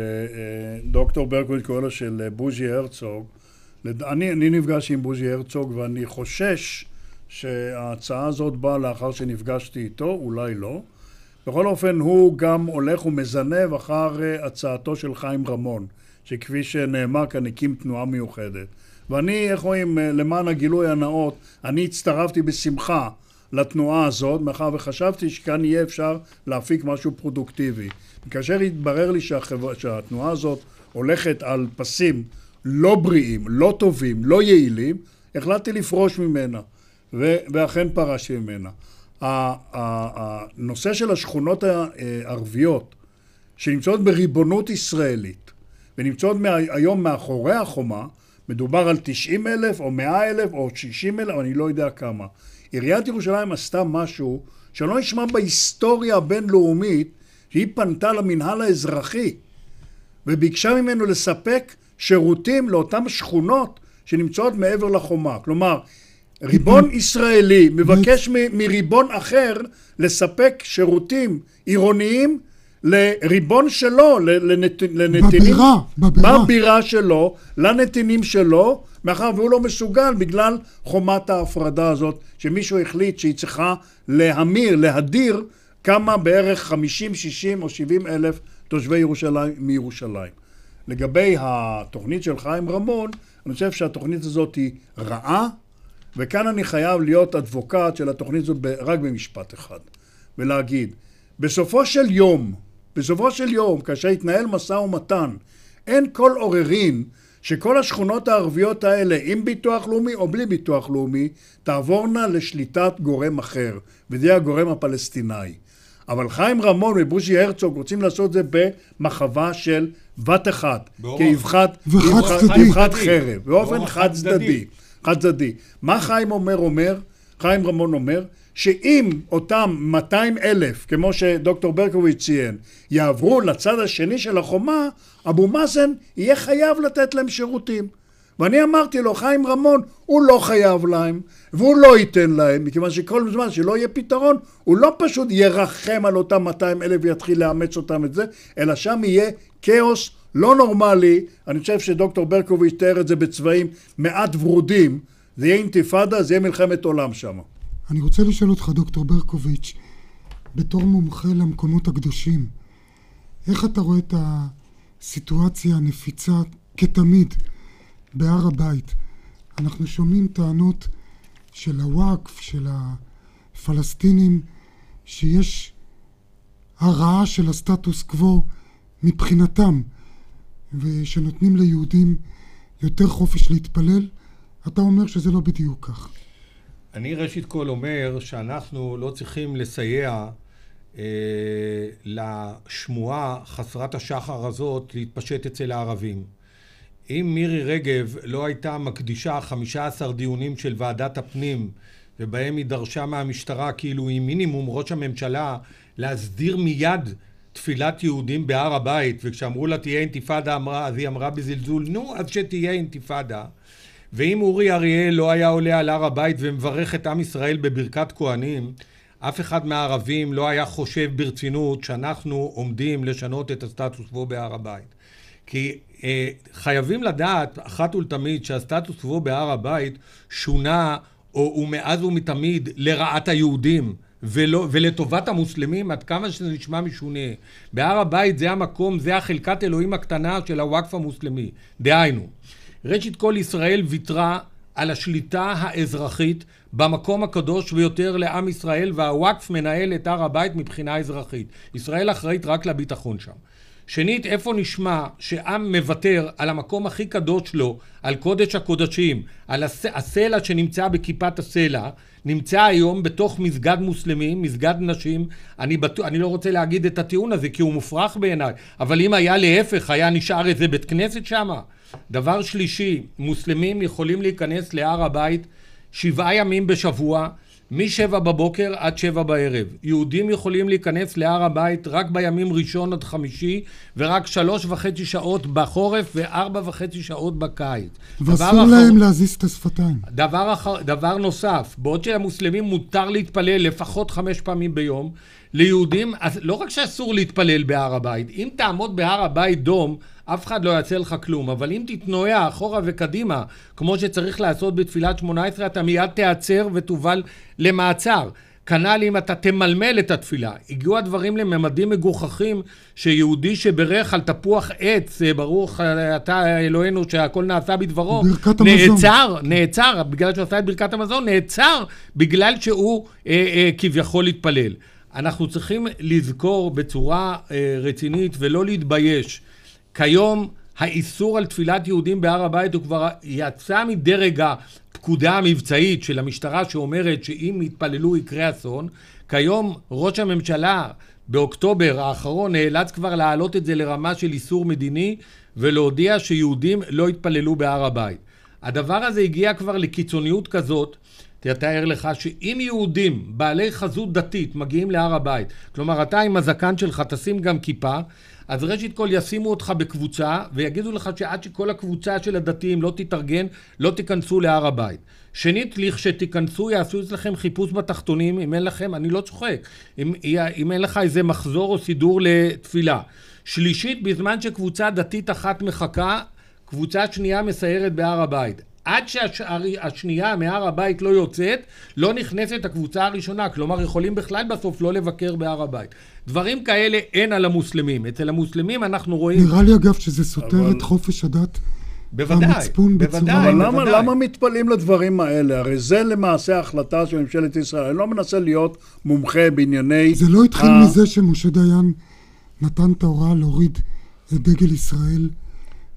שדוקטור ברקוביץ' קורא לה של בוז'י הרצוג, אני, אני נפגש עם בוז'י הרצוג ואני חושש שההצעה הזאת באה לאחר שנפגשתי איתו, אולי לא. בכל אופן הוא גם הולך ומזנב אחר הצעתו של חיים רמון, שכפי שנאמר כאן הקים תנועה מיוחדת. ואני, איך רואים, למען הגילוי הנאות, אני הצטרפתי בשמחה לתנועה הזאת, מאחר וחשבתי שכאן יהיה אפשר להפיק משהו פרודוקטיבי. כאשר התברר לי שהחבר... שהתנועה הזאת הולכת על פסים לא בריאים, לא טובים, לא יעילים, החלטתי לפרוש ממנה, ו... ואכן פרשתי ממנה. הנושא של השכונות הערביות שנמצאות בריבונות ישראלית ונמצאות היום מאחורי החומה, מדובר על תשעים אלף או מאה אלף או שישים אלף, אני לא יודע כמה. עיריית ירושלים עשתה משהו שלא נשמע בהיסטוריה הבינלאומית, שהיא פנתה למנהל האזרחי וביקשה ממנו לספק שירותים לאותן שכונות שנמצאות מעבר לחומה. כלומר, ריבון ישראלי מבקש מריבון אחר לספק שירותים עירוניים לריבון שלו, לנתינים, בבירה, בבירה. בבירה שלו, לנתינים שלו, מאחר והוא לא מסוגל בגלל חומת ההפרדה הזאת, שמישהו החליט שהיא צריכה להמיר, להדיר כמה בערך חמישים, שישים או שבעים אלף תושבי ירושלים מירושלים. לגבי התוכנית של חיים רמון, אני חושב שהתוכנית הזאת היא רעה, וכאן אני חייב להיות אדבוקט של התוכנית הזאת רק במשפט אחד, ולהגיד, בסופו של יום, בסופו של יום, כאשר יתנהל משא ומתן, אין כל עוררין שכל השכונות הערביות האלה, עם ביטוח לאומי או בלי ביטוח לאומי, תעבורנה לשליטת גורם אחר, וזה הגורם הפלסטיני. אבל חיים רמון ובוז'י הרצוג רוצים לעשות את זה במחווה של בת אחת, כאבחת חרב, באופן חד צדדי. חד צדדי. מה חיים אומר אומר? חיים רמון אומר שאם אותם מאתיים אלף, כמו שדוקטור ברקוביץ' ציין, יעברו לצד השני של החומה, אבו מאזן יהיה חייב לתת להם שירותים. ואני אמרתי לו, חיים רמון, הוא לא חייב להם, והוא לא ייתן להם, מכיוון שכל זמן שלא יהיה פתרון, הוא לא פשוט ירחם על אותם מאתיים אלף ויתחיל לאמץ אותם את זה, אלא שם יהיה כאוס לא נורמלי. אני חושב שדוקטור ברקוביץ' תאר את זה בצבעים מעט ורודים, זה יהיה אינתיפאדה, זה יהיה מלחמת עולם שם. אני רוצה לשאול אותך, דוקטור ברקוביץ', בתור מומחה למקומות הקדושים, איך אתה רואה את הסיטואציה הנפיצה כתמיד בהר הבית? אנחנו שומעים טענות של הוואקף, של הפלסטינים, שיש הרעה של הסטטוס קוו מבחינתם, ושנותנים ליהודים יותר חופש להתפלל. אתה אומר שזה לא בדיוק כך. אני ראשית כל אומר שאנחנו לא צריכים לסייע אה, לשמועה חסרת השחר הזאת להתפשט אצל הערבים. אם מירי רגב לא הייתה מקדישה חמישה עשר דיונים של ועדת הפנים, ובהם היא דרשה מהמשטרה כאילו היא מינימום ראש הממשלה להסדיר מיד תפילת יהודים בהר הבית, וכשאמרו לה תהיה אינתיפאדה, אמרה, אז היא אמרה בזלזול, נו, אז שתהיה אינתיפאדה. ואם אורי אריאל לא היה עולה על הר הבית ומברך את עם ישראל בברכת כהנים, אף אחד מהערבים לא היה חושב ברצינות שאנחנו עומדים לשנות את הסטטוס קוו בהר הבית. כי אה, חייבים לדעת אחת ולתמיד שהסטטוס קוו בהר הבית שונה, או הוא מאז ומתמיד לרעת היהודים, ולא, ולטובת המוסלמים, עד כמה שזה נשמע משונה. בהר הבית זה המקום, זה החלקת אלוהים הקטנה של הוואקף המוסלמי. דהיינו, ראשית כל ישראל ויתרה על השליטה האזרחית במקום הקדוש ביותר לעם ישראל, והוואקף מנהל את הר הבית מבחינה אזרחית. ישראל אחראית רק לביטחון שם. שנית, איפה נשמע שעם מוותר על המקום הכי קדוש לו, על קודש הקודשים, על הס... הסלע שנמצא בכיפת הסלע, נמצא היום בתוך מסגד מוסלמי, מסגד נשים. אני, בט... אני לא רוצה להגיד את הטיעון הזה כי הוא מופרך בעיניי, אבל אם היה להפך, היה נשאר איזה בית כנסת שמה. דבר שלישי, מוסלמים יכולים להיכנס להר הבית שבעה ימים בשבוע, משבע בבוקר עד שבע בערב. יהודים יכולים להיכנס להר הבית רק בימים ראשון עד חמישי, ורק שלוש וחצי שעות בחורף וארבע וחצי שעות בקיץ. ואסור להם אחר... להזיז את השפתיים. דבר, אחר... דבר נוסף, בעוד שלמוסלמים מותר להתפלל לפחות חמש פעמים ביום, ליהודים, אז לא רק שאסור להתפלל בהר הבית, אם תעמוד בהר הבית דום, אף אחד לא יעשה לך כלום, אבל אם תתנועע אחורה וקדימה, כמו שצריך לעשות בתפילת שמונה עשרה, אתה מיד תיעצר ותובל למעצר. כנ"ל אם אתה תמלמל את התפילה. הגיעו הדברים לממדים מגוחכים, שיהודי שברך על תפוח עץ, ברוך אתה אלוהינו שהכל נעשה בדברו, נעצר, נעצר, בגלל שהוא עשה את ברכת המזון, נעצר בגלל שהוא אה, אה, כביכול להתפלל. אנחנו צריכים לזכור בצורה אה, רצינית ולא להתבייש. כיום האיסור על תפילת יהודים בהר הבית הוא כבר יצא מדרג הפקודה המבצעית של המשטרה שאומרת שאם יתפללו יקרה אסון. כיום ראש הממשלה באוקטובר האחרון נאלץ כבר להעלות את זה לרמה של איסור מדיני ולהודיע שיהודים לא יתפללו בהר הבית. הדבר הזה הגיע כבר לקיצוניות כזאת, תתאר לך שאם יהודים בעלי חזות דתית מגיעים להר הבית, כלומר אתה עם הזקן שלך תשים גם כיפה, אז ראשית כל ישימו אותך בקבוצה ויגידו לך שעד שכל הקבוצה של הדתיים לא תתארגן, לא תיכנסו להר הבית. שנית, לכשתיכנסו יעשו אצלכם חיפוש בתחתונים, אם אין לכם, אני לא צוחק, אם, אם אין לך איזה מחזור או סידור לתפילה. שלישית, בזמן שקבוצה דתית אחת מחכה, קבוצה שנייה מסיירת בהר הבית. עד שהשנייה מהר הבית לא יוצאת, לא נכנסת הקבוצה הראשונה, כלומר יכולים בכלל בסוף לא לבקר בהר הבית. דברים כאלה אין על המוסלמים. אצל המוסלמים אנחנו רואים... נראה לי אגב שזה סותר אבל... את חופש הדת. בוודאי, המצפון בוודאי, בצורה... אבל בוודאי. למה, למה מתפלאים לדברים האלה? הרי זה למעשה ההחלטה של ממשלת ישראל. אני לא מנסה להיות מומחה בענייני... זה לא התחיל ה... מזה שמשה דיין נתן את ההוראה להוריד את דגל ישראל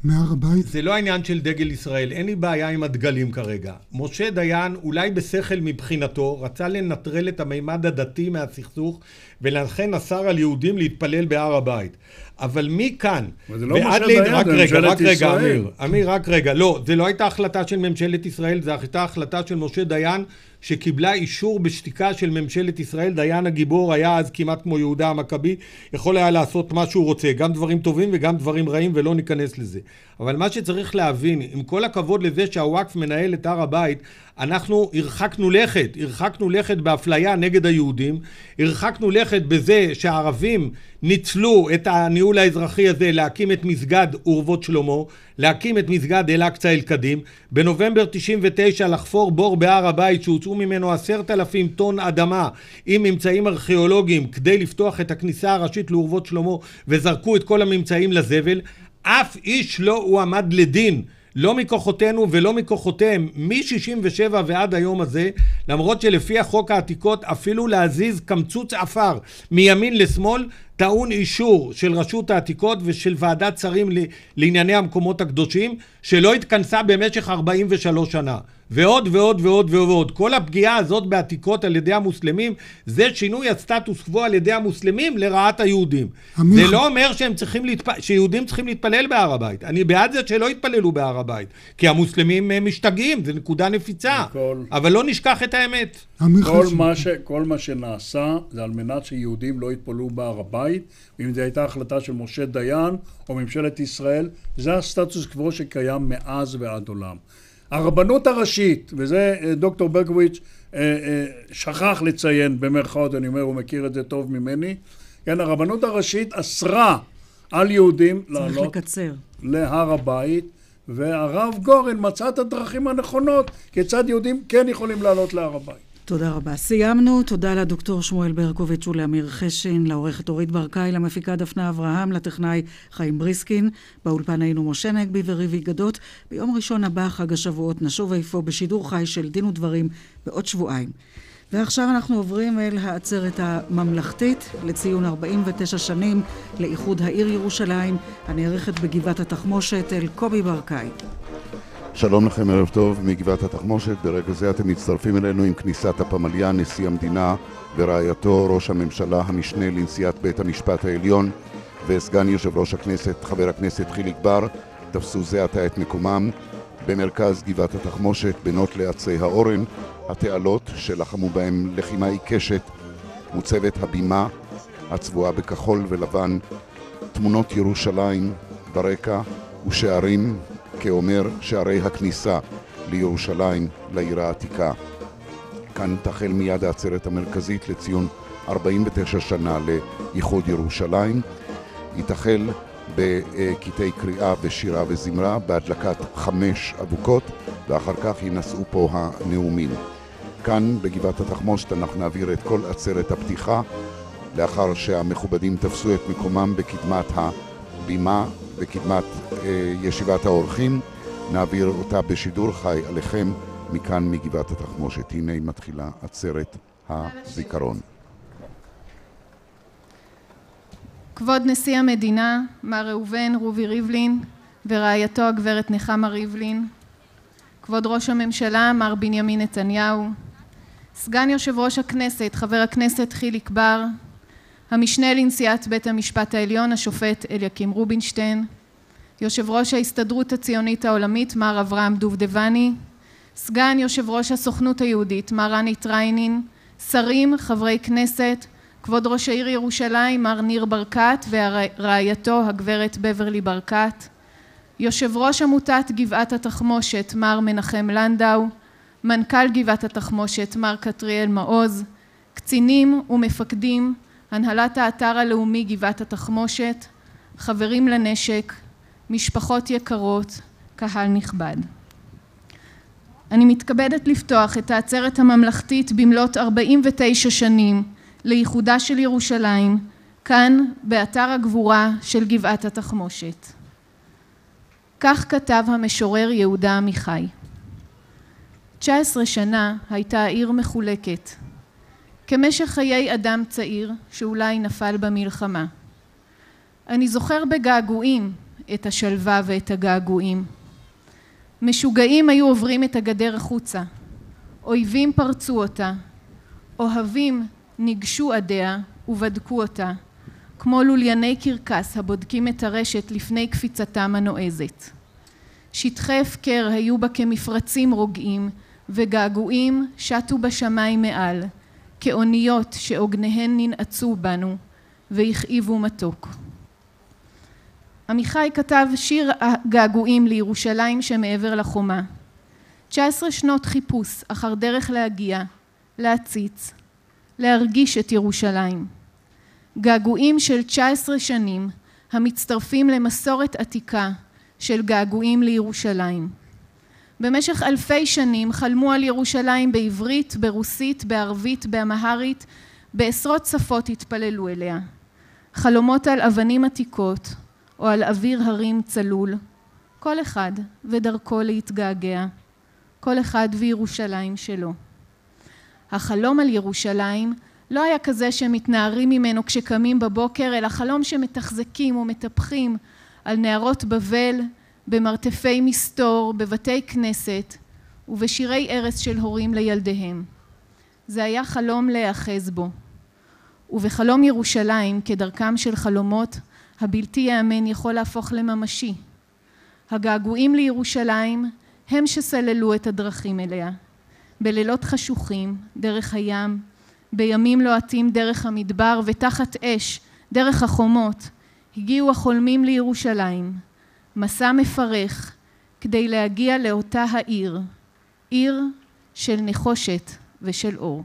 מהר הבית? זה לא העניין של דגל ישראל, אין לי בעיה עם הדגלים כרגע. משה דיין, אולי בשכל מבחינתו, רצה לנטרל את המימד הדתי מהסכסוך, ולכן אסר על יהודים להתפלל בהר הבית. אבל מי כאן? זה לא משה דיין, זה ממשלת ישראל. אמיר, רק רגע. לא, זה לא הייתה החלטה של ממשלת ישראל, זה הייתה החלטה של משה דיין, שקיבלה אישור בשתיקה של ממשלת ישראל. דיין הגיבור היה אז כמעט כמו יהודה המכבי, יכול היה לעשות מה שהוא רוצה, גם דברים טובים וגם דברים רעים, ולא ניכנס לזה. אבל מה שצריך להבין, עם כל הכבוד לזה שהוואקף מנהל את הר הבית, אנחנו הרחקנו לכת, הרחקנו לכת באפליה נגד היהודים, הרחקנו לכת בזה שהערבים ניצלו את הניהול האזרחי הזה להקים את מסגד אורוות שלמה, להקים את מסגד אל-אקצא אל-קדים, בנובמבר תשעים ותשע לחפור בור בהר הבית שהוצאו ממנו עשרת אלפים טון אדמה עם ממצאים ארכיאולוגיים כדי לפתוח את הכניסה הראשית לאורוות שלמה, וזרקו את כל הממצאים לזבל. אף איש לא הועמד לדין, לא מכוחותינו ולא מכוחותיהם, מ-שישים ושבע ועד היום הזה, למרות שלפי החוק העתיקות אפילו להזיז קמצוץ עפר מימין לשמאל טעון אישור של רשות העתיקות ושל ועדת שרים לענייני המקומות הקדושים, שלא התכנסה במשך ארבעים ושלוש שנה. ועוד ועוד ועוד ועוד. כל הפגיעה הזאת בעתיקות על ידי המוסלמים, זה שינוי הסטטוס קוו על ידי המוסלמים לרעת היהודים. זה לא אומר שהם צריכים להתפ... שיהודים צריכים להתפלל בהר הבית. אני בעד זה שלא יתפללו בהר הבית, כי המוסלמים משתגעים, זה נקודה נפיצה. כל... אבל לא נשכח את האמת. כל מה, ש... כל מה שנעשה זה על מנת שיהודים לא יתפללו בהר הבית, ואם זו הייתה החלטה של משה דיין או ממשלת ישראל, זה הסטטוס קוו שקיים מאז ועד עולם. הרבנות הראשית, וזה דוקטור ברקוביץ' שכח לציין במרכאות, אני אומר, הוא מכיר את זה טוב ממני, כן, הרבנות הראשית אסרה על יהודים לעלות להר הבית, והרב גורן מצא את הדרכים הנכונות כיצד יהודים כן יכולים לעלות להר הבית. תודה רבה. סיימנו. תודה לדוקטור שמואל ברקוביץ' ולאמיר חשין, לעורכת אורית ברקאי, למפיקה דפנה אברהם, לטכנאי חיים בריסקין. באולפן היינו משה נגבי וריבי גדות. ביום ראשון הבא, חג השבועות, נשוב איפה בשידור חי של דין ודברים בעוד שבועיים. ועכשיו אנחנו עוברים אל העצרת הממלכתית לציון ארבעים ותשע שנים לאיחוד העיר ירושלים, הנערכת בגבעת התחמושת. אל קובי ברקאי. שלום לכם, ערב טוב מגבעת התחמושת. ברגע זה אתם מצטרפים אלינו עם כניסת הפמליה, נשיא המדינה ורעייתו, ראש הממשלה, המשנה לנשיאת בית המשפט העליון וסגן יושב ראש הכנסת, חבר הכנסת חיליק בר. תפסו זה עתה את מקומם במרכז גבעת התחמושת, בנות לעצי האורן, התעלות שלחמו בהם לחימה עיקשת. מוצבת הבימה הצבועה בכחול ולבן, תמונות ירושלים ברקע ושערים, כאומר שערי הכניסה לירושלים, לעיר העתיקה. כאן תחל מיד העצרת המרכזית לציון ארבעים ותשע שנה לאיחוד ירושלים. היא תחל בקטעי קריאה ושירה וזמרה, בהדלקת חמש אבוקות, ואחר כך ינסעו פה הנאומים. כאן בגבעת התחמושת אנחנו נעביר את כל עצרת הפתיחה, לאחר שהמכובדים תפסו את מקומם בקדמת הבימה, בקדמת אה, ישיבת האורחים. נעביר אותה בשידור חי עליכם מכאן מגבעת התחמושת. הנה מתחילה עצרת הזיכרון. כבוד נשיא המדינה, מר ראובן רובי ריבלין, ורעייתו הגברת נחמה ריבלין, כבוד ראש הממשלה, מר בנימין נתניהו, סגן יושב ראש הכנסת, חבר הכנסת חיליק בר, המשנה לנשיאת בית המשפט העליון, השופט אליקים רובינשטיין, יושב ראש ההסתדרות הציונית העולמית, מר אברהם דובדבני, סגן יושב ראש הסוכנות היהודית, מר רני טריינין, שרים, חברי כנסת, כבוד ראש העיר ירושלים, מר ניר ברקת, ורעייתו הגברת בברלי ברקת, יושב ראש עמותת גבעת התחמושת, מר מנחם לנדאו, מנכ"ל גבעת התחמושת, מר קטריאל מעוז, קצינים ומפקדים, הנהלת האתר הלאומי גבעת התחמושת, חברים לנשק, משפחות יקרות, קהל נכבד. אני מתכבדת לפתוח את העצרת הממלכתית במלאת ארבעים ותשע שנים לאיחודה של ירושלים, כאן באתר הגבורה של גבעת התחמושת. כך כתב המשורר יהודה עמיחי. תשע עשרה שנה הייתה העיר מחולקת, כמשך חיי אדם צעיר שאולי נפל במלחמה. אני זוכר בגעגועים את השלווה ואת הגעגועים. משוגעים היו עוברים את הגדר החוצה, אויבים פרצו אותה, אוהבים ניגשו עדיה ובדקו אותה, כמו לולייני קרקס הבודקים את הרשת לפני קפיצתם הנועזת. שטחי הפקר היו בה כמפרצים רוגעים, וגעגועים שטו בשמיים מעל, כאוניות שעוגניהן ננעצו בנו, והכאיבו מתוק. עמיחי כתב שיר געגועים לירושלים שמעבר לחומה. תשע עשרה שנות חיפוש אחר דרך להגיע, להציץ, להרגיש את ירושלים. געגועים של תשע עשרה שנים המצטרפים למסורת עתיקה של געגועים לירושלים. במשך אלפי שנים חלמו על ירושלים בעברית, ברוסית, בערבית, באמהרית, בעשרות שפות התפללו אליה. חלומות על אבנים עתיקות או על אוויר הרים צלול, כל אחד ודרכו להתגעגע, כל אחד וירושלים שלו. החלום על ירושלים לא היה כזה שמתנערים ממנו כשקמים בבוקר, אלא חלום שמתחזקים ומטפחים על נערות בבל, במרתפי מסתור, בבתי כנסת ובשירי ערש של הורים לילדיהם. זה היה חלום להיאחז בו. ובחלום ירושלים, כדרכם של חלומות, הבלתי יאמן יכול להפוך לממשי. הגעגועים לירושלים הם שסללו את הדרכים אליה. בלילות חשוכים, דרך הים, בימים לוהטים דרך המדבר ותחת אש, דרך החומות, הגיעו החולמים לירושלים, מסע מפרך כדי להגיע לאותה העיר, עיר של נחושת ושל אור.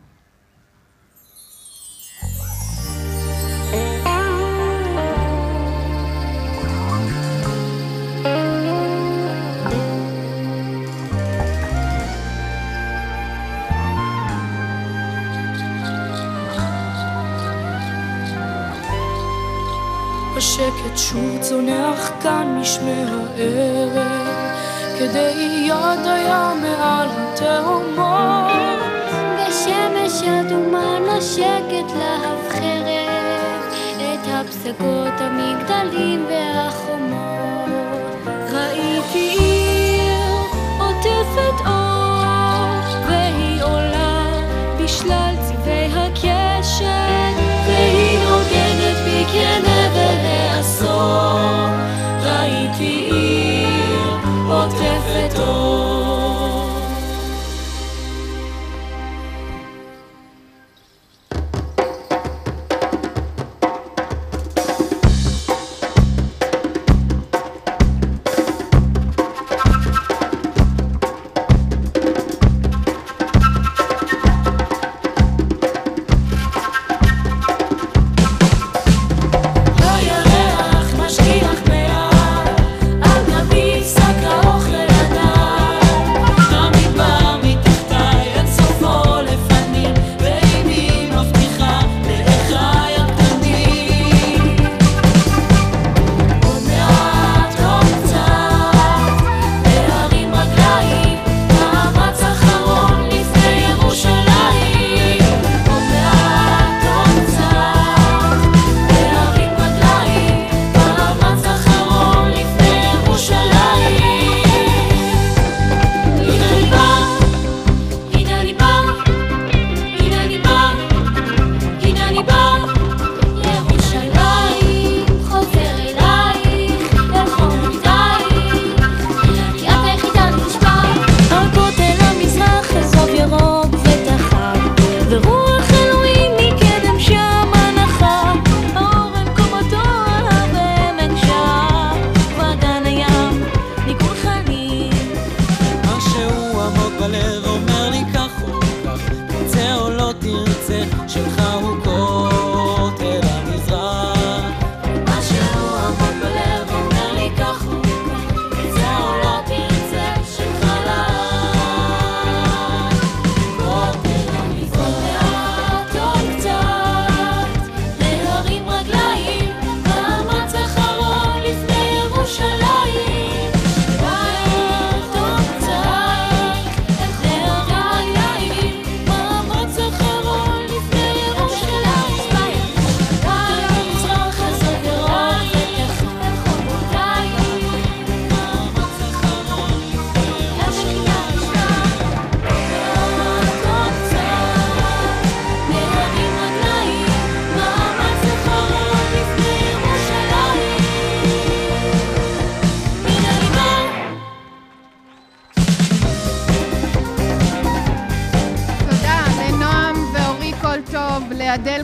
השקט שוב צונח כאן משמי הערב, כדי יד היה מעל התהומות. בשמש אדומה נשקת להב חרב, את הפסגות המגדלים והחומות. ראיתי עיר עוטפת אור, והיא עולה בשלל צבעי הקשת, והיא נוגנת בי כנבל העשור. ראיתי עיר עוטפת אור.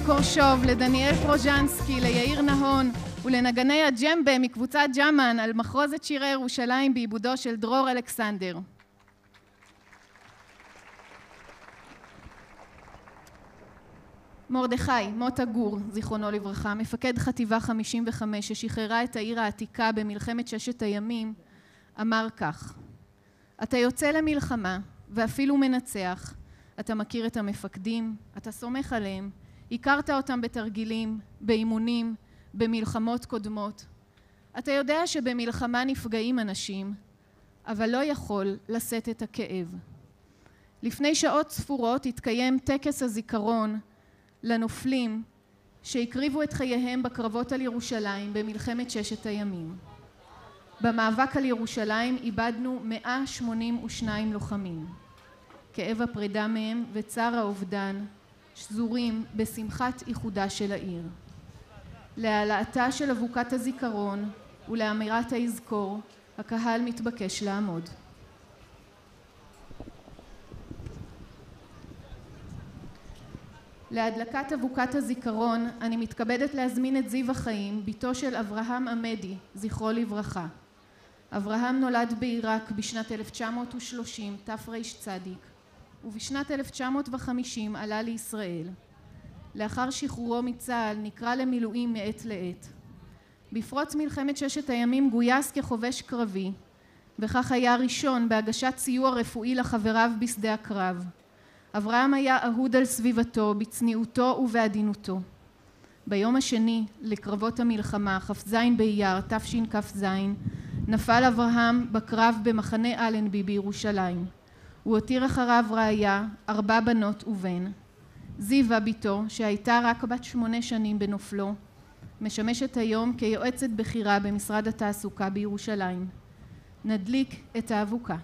קורשוב, לדניאל פרוז'נסקי, ליאיר נהון ולנגני הג'מבה מקבוצת ג'אמן על מחרוזת שירי ירושלים בעיבודו של דרור אלכסנדר. מרדכי, מוטה גור, זיכרונו לברכה, מפקד חטיבה חמישים וחמש ששחררה את העיר העתיקה במלחמת ששת הימים, אמר כך: אתה יוצא למלחמה ואפילו מנצח, אתה מכיר את המפקדים, אתה סומך עליהם, הכרת אותם בתרגילים, באימונים, במלחמות קודמות. אתה יודע שבמלחמה נפגעים אנשים, אבל לא יכול לשאת את הכאב. לפני שעות ספורות התקיים טקס הזיכרון לנופלים שהקריבו את חייהם בקרבות על ירושלים במלחמת ששת הימים. במאבק על ירושלים איבדנו מאה שמונים ושניים לוחמים. כאב הפרידה מהם וצער האובדן שזורים בשמחת איחודה של העיר. להעלאתה של אבוקת הזיכרון ולאמירת היזכור, הקהל מתבקש לעמוד. להדלקת אבוקת הזיכרון אני מתכבדת להזמין את זיו החיים, ביתו של אברהם עמדי, זכרו לברכה. אברהם נולד בעיראק בשנת אלף תשע מאות ושלושים, תרצ"ק, ובשנת אלף תשע מאות וחמישים עלה לישראל. לאחר שחרורו מצה"ל נקרא למילואים מעת לעת. בפרוץ מלחמת ששת הימים גויס כחובש קרבי, וכך היה ראשון בהגשת סיוע רפואי לחבריו בשדה הקרב. אברהם היה אהוד על סביבתו בצניעותו ובעדינותו. ביום השני לקרבות המלחמה, כ"ז באייר תשכ"ז, נפל אברהם בקרב במחנה אלנבי בירושלים. הוא הותיר אחריו רעיה, ארבע בנות ובן. זיווה ביתו, שהייתה רק בת שמונה שנים בנופלו, משמשת היום כיועצת בכירה במשרד התעסוקה בירושלים. נדליק את האבוקה.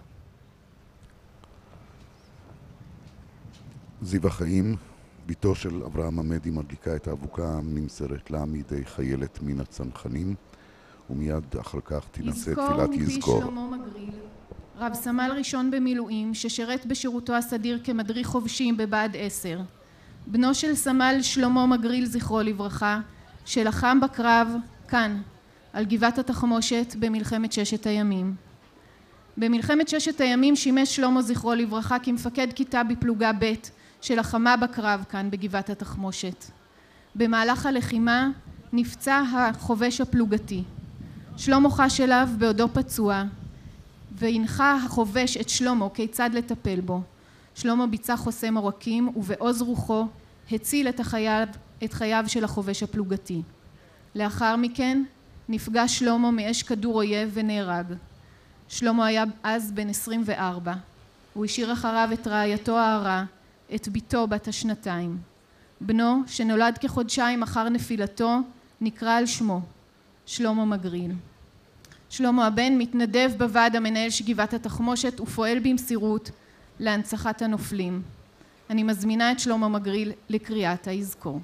זיו החיים, ביתו של אברהם עמדי, מדליקה את האבוקה, נמסרת לה מידי חיילת מן הצנחנים, ומיד אחר כך תינשא תפילת יזכור. שלמה מגריל, רב סמל ראשון במילואים ששירת בשירותו הסדיר כמדריך חובשים בבה"ד עשר. בנו של סמל שלמה מגריל, זכרו לברכה, שלחם בקרב כאן, על גבעת התחמושת במלחמת ששת הימים. במלחמת ששת הימים שימש שלמה, זכרו לברכה, כמפקד כיתה בפלוגה ב' שלחמה בקרב כאן בגבעת התחמושת. במהלך הלחימה נפצע החובש הפלוגתי. שלמה חש אליו בעודו פצוע, והנחה החובש את שלמה כיצד לטפל בו. שלמה ביצע חוסם עורקים, ובעוז רוחו הציל את החייו, את חייו של החובש הפלוגתי. לאחר מכן נפגע שלמה מאש כדור אויב ונהרג. שלמה היה אז בן עשרים וארבע. הוא השאיר אחריו את רעייתו הערה, את ביתו בת השנתיים. בנו, שנולד כחודשיים אחר נפילתו, נקרא על שמו, שלמה מגריל. שלמה הבן מתנדב בוועד המנהל של גבעת התחמושת ופועל במסירות להנצחת הנופלים. אני מזמינה את שלמה מגריל לקריאת היזכור.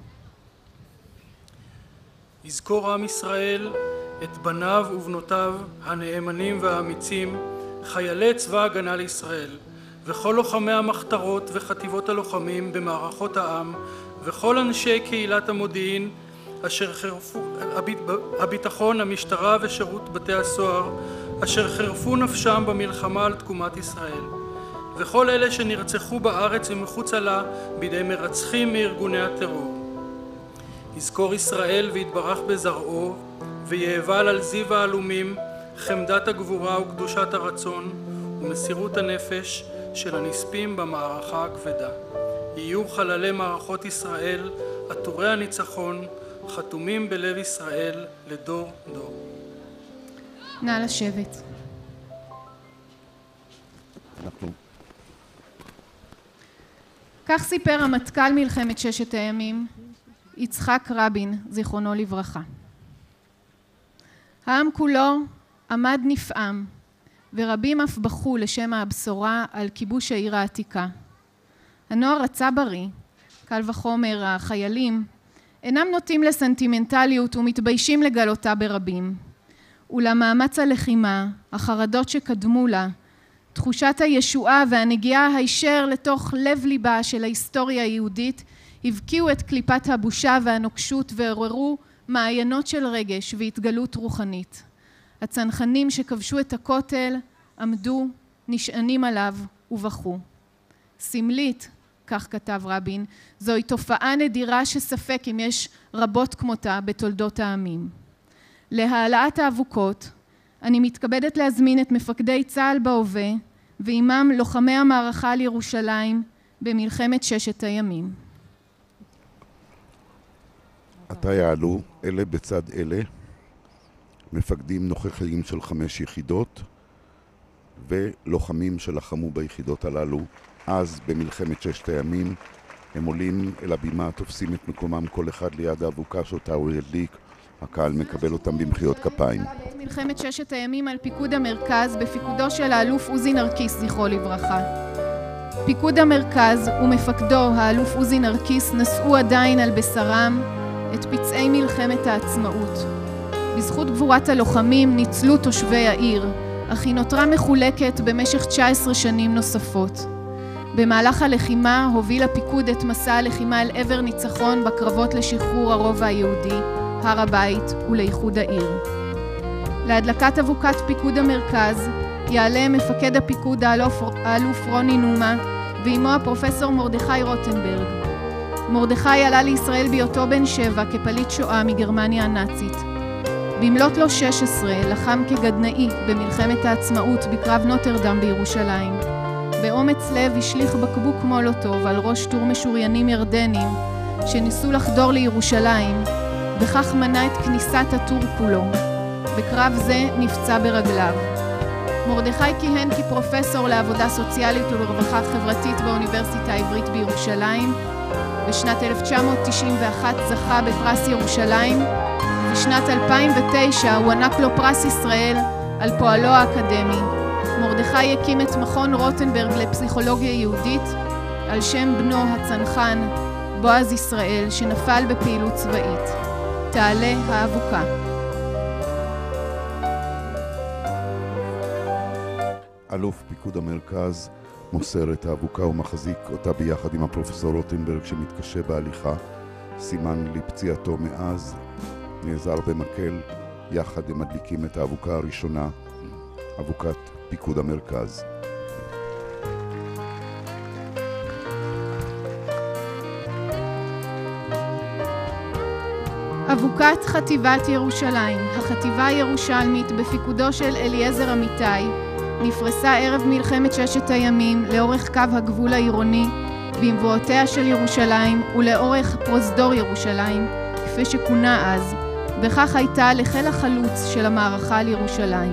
יזכור עם ישראל את בניו ובנותיו הנאמנים והאמיצים, חיילי צבא הגנה לישראל, וכל לוחמי המחתרות וחטיבות הלוחמים במערכות העם, וכל אנשי קהילת המודיעין אשר חירפו, הביטחון, המשטרה ושירות בתי הסוהר, אשר חירפו נפשם במלחמה על תקומת ישראל, וכל אלה שנרצחו בארץ ומחוצה לה בידי מרצחים מארגוני הטרור. יזכור ישראל ויתברך בזרעו, ויאבל על זיו העלומים חמדת הגבורה וקדושת הרצון ומסירות הנפש של הנספים במערכה הכבדה. יהיו חללי מערכות ישראל, עטורי הניצחון, חתומים בלב ישראל לדור דור. נא לשבת. אנחנו. כך סיפר המטכ"ל מלחמת ששת הימים, יצחק רבין, זיכרונו לברכה. העם כולו עמד נפעם, ורבים אף בכו לשם הבשורה על כיבוש העיר העתיקה. הנוער הצברי, קל וחומר החיילים, אינם נוטים לסנטימנטליות ומתביישים לגלותה ברבים. ולמאמץ הלחימה, החרדות שקדמו לה, תחושת הישועה והנגיעה הישר לתוך לב ליבה של ההיסטוריה היהודית, הבקיעו את קליפת הבושה והנוקשות ועוררו מעיינות של רגש והתגלות רוחנית. הצנחנים שכבשו את הכותל עמדו, נשענים עליו ובכו. סמלית, כך כתב רבין, זוהי תופעה נדירה שספק אם יש רבות כמותה בתולדות העמים. להעלאת האבוקות, אני מתכבדת להזמין את מפקדי צה"ל בהווה, ועימם לוחמי המערכה על ירושלים במלחמת ששת הימים. עתה יעלו אלה בצד אלה, מפקדים נוכחיים של חמש יחידות, ולוחמים שלחמו ביחידות הללו. אז במלחמת ששת הימים הם עולים אל הבימה, תופסים את מקומם כל אחד ליד האבוקה שאותה הוא הדליק. הקהל מקבל אותם במחיאות כפיים. מלחמת ששת הימים על פיקוד המרכז בפיקודו של האלוף עוזי נרקיס, זכרו לברכה. פיקוד המרכז ומפקדו האלוף עוזי נרקיס נשאו עדיין על בשרם את פצעי מלחמת העצמאות. בזכות גבורת הלוחמים ניצלו תושבי העיר, אך היא נותרה מחולקת במשך תשע עשרה שנים נוספות. במהלך הלחימה הוביל הפיקוד את מסע הלחימה אל עבר ניצחון בקרבות לשחרור הרובע היהודי, הר הבית ולאיחוד העיר. להדלקת אבוקת פיקוד המרכז יעלה מפקד הפיקוד האלוף, האלוף רוני נומה ועמו הפרופסור מרדכי רוטנברג. מרדכי עלה לישראל בהיותו בן שבע כפליט שואה מגרמניה הנאצית. במלאת לו שש עשרה לחם כגדנאי במלחמת העצמאות בקרב נוטרדם בירושלים. באומץ לב השליך בקבוק מולוטוב על ראש טור משוריינים ירדנים שניסו לחדור לירושלים, וכך מנע את כניסת הטור כולו. בקרב זה נפצע ברגליו. מרדכי כיהן כפרופסור לעבודה סוציאלית ולרווחה חברתית באוניברסיטה העברית בירושלים. בשנת אלף תשע מאות תשעים ואחת זכה בפרס ירושלים. בשנת אלפיים ותשע הוענק לו פרס ישראל על פועלו האקדמי. מרדכי הקים את מכון רוטנברג לפסיכולוגיה יהודית על שם בנו הצנחן בועז ישראל שנפל בפעילות צבאית. תעלה האבוקה. אלוף פיקוד המרכז מוסר את האבוקה ומחזיק אותה ביחד עם הפרופסור רוטנברג שמתקשה בהליכה. סימן לפציעתו מאז, נעזר במקל, יחד הם מדליקים את האבוקה הראשונה, אבוקת פיקוד המרכז. אבוקת חטיבת ירושלים, החטיבה הירושלמית בפיקודו של אליעזר אמיתי, נפרסה ערב מלחמת ששת הימים לאורך קו הגבול העירוני במבואותיה של ירושלים ולאורך פרוזדור ירושלים, כפי שכונה אז, וכך הייתה לחיל החלוץ של המערכה על ירושלים.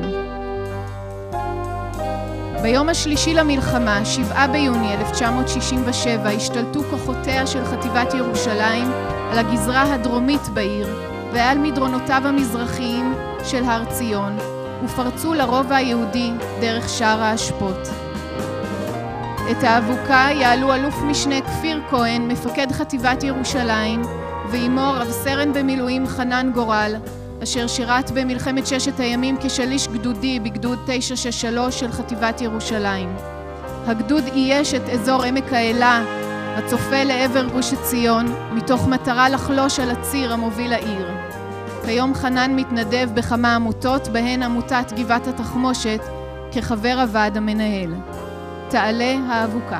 ביום השלישי למלחמה, שבעה ביוני אלף תשע מאות שישים ושבע, השתלטו כוחותיה של חטיבת ירושלים על הגזרה הדרומית בעיר ועל מדרונותיו המזרחיים של הר ציון, ופרצו לרובע היהודי דרך שער האשפות. את האבוקה יעלו אלוף משנה כפיר כהן, מפקד חטיבת ירושלים, ועמו רב סרן במילואים חנן גורל, אשר שירת במלחמת ששת הימים כשליש גדודי בגדוד תשע שש שלוש של חטיבת ירושלים. הגדוד אייש את אזור עמק האלה, הצופה לעבר גוש עציון, מתוך מטרה לחלוש על הציר המוביל לעיר. כיום חנן מתנדב בכמה עמותות, בהן עמותת גבעת התחמושת, כחבר הוועד המנהל. תעלה האבוקה.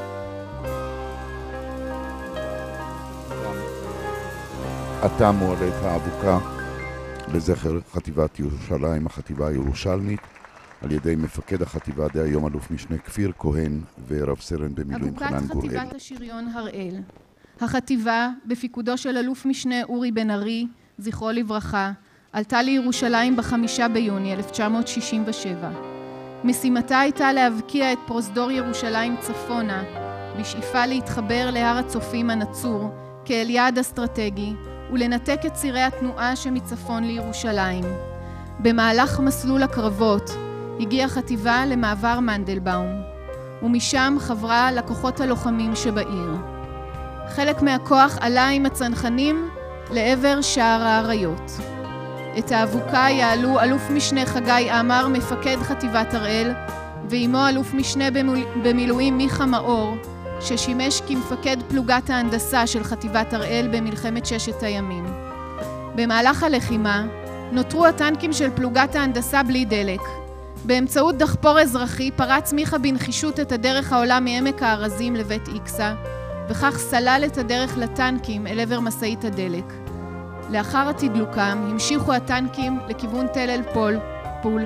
עתה מועלת האבוקה לזכר חטיבת ירושלים, החטיבה הירושלמית, על ידי מפקד החטיבה דהיום אלוף משנה כפיר כהן ורב סרן במילואים חנן גוראל. אבוקת חטיבת השריון הראל. החטיבה, בפיקודו של אלוף משנה אורי בן ארי, זכרו לברכה, עלתה לירושלים בחמישה ביוני אלף תשע מאות שישים ושבע. משימתה הייתה להבקיע את פרוזדור ירושלים צפונה, בשאיפה להתחבר להר הצופים הנצור כאל יעד אסטרטגי, ולנתק את צירי התנועה שמצפון לירושלים. במהלך מסלול הקרבות הגיעה חטיבה למעבר מנדלבאום, ומשם חברה לכוחות הלוחמים שבעיר. חלק מהכוח עלה עם הצנחנים לעבר שער האריות. את האבוקה יעלו אלוף משנה חגי עמר, מפקד חטיבת הראל, ועמו אלוף משנה במילואים מיכה מאור, ששימש כמפקד פלוגת ההנדסה של חטיבת הראל במלחמת ששת הימים. במהלך הלחימה נותרו הטנקים של פלוגת ההנדסה בלי דלק. באמצעות דחפור אזרחי פרץ מיכה בנחישות את הדרך העולה מעמק הארזים לבית איקסה, וכך סלל את הדרך לטנקים אל עבר מסעית הדלק. לאחר התדלוקם המשיכו הטנקים לכיוון תל אל פול, פול,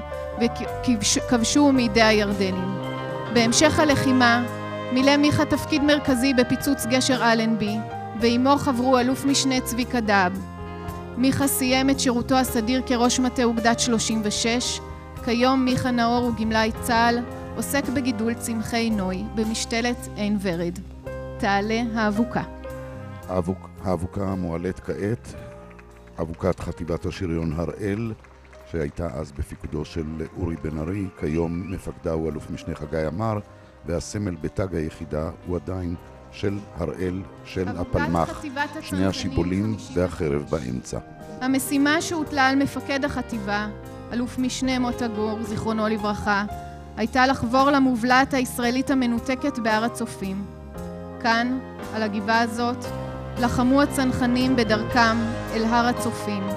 וכבשו מידי הירדנים. בהמשך הלחימה מילא מיכה תפקיד מרכזי בפיצוץ גשר אלנבי, ועמו חברו אלוף משנה צביקה דאב. מיכה סיים את שירותו הסדיר כראש מטה אוגדת שלושים ושש, כיום מיכה נאור הוא גמלאי צה"ל, עוסק בגידול צמחי נוי במשתלת עין ורד. תעלה האבוקה. האבוק, האבוקה מועלית כעת, אבוקת חטיבת השריון הראל, שהייתה אז בפיקודו של אורי בן ארי, כיום מפקדה הוא אלוף משנה חגי אמר, והסמל בתג היחידה הוא עדיין של הראל, של הפלמח, שני השיבולים והחרב באמצע. המשימה שהוטלה על מפקד החטיבה, אלוף משנה מוטה גור, זיכרונו לברכה, הייתה לחבור למובלעת הישראלית המנותקת בהר הצופים. כאן, על הגבעה הזאת, לחמו הצנחנים בדרכם אל הר הצופים.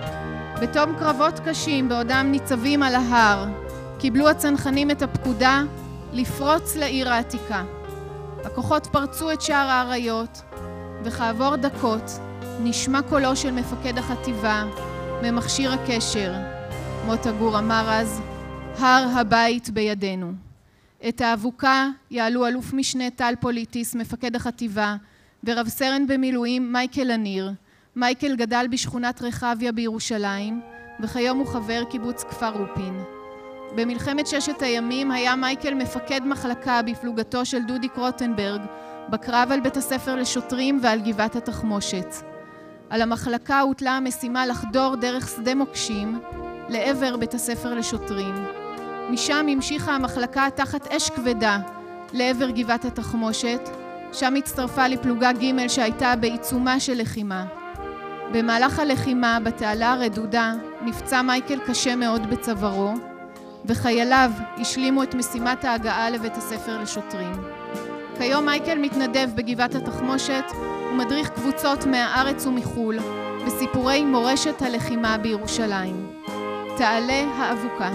בתום קרבות קשים בעודם ניצבים על ההר, קיבלו הצנחנים את הפקודה לפרוץ לעיר העתיקה. הכוחות פרצו את שער האריות, וכעבור דקות נשמע קולו של מפקד החטיבה ממכשיר הקשר. מוטה גור אמר אז, הר הבית בידינו. את האבוקה יעלו אלוף משנה טל פוליטיס, מפקד החטיבה, ורב סרן במילואים מייקל הניר. מייקל גדל בשכונת רחביה בירושלים, וכיום הוא חבר קיבוץ כפר רופין. במלחמת ששת הימים היה מייקל מפקד מחלקה בפלוגתו של דודי קרוטנברג, בקרב על בית הספר לשוטרים ועל גבעת התחמושת. על המחלקה הוטלה המשימה לחדור דרך שדה מוקשים לעבר בית הספר לשוטרים. משם המשיכה המחלקה תחת אש כבדה לעבר גבעת התחמושת, שם הצטרפה לפלוגה ג' שהייתה בעיצומה של לחימה. במהלך הלחימה בתעלה הרדודה נפצע מייקל קשה מאוד בצווארו, וחייליו השלימו את משימת ההגעה לבית הספר לשוטרים. כיום מייקל מתנדב בגבעת התחמושת ומדריך קבוצות מהארץ ומחול בסיפורי מורשת הלחימה בירושלים. תעלה האבוקה.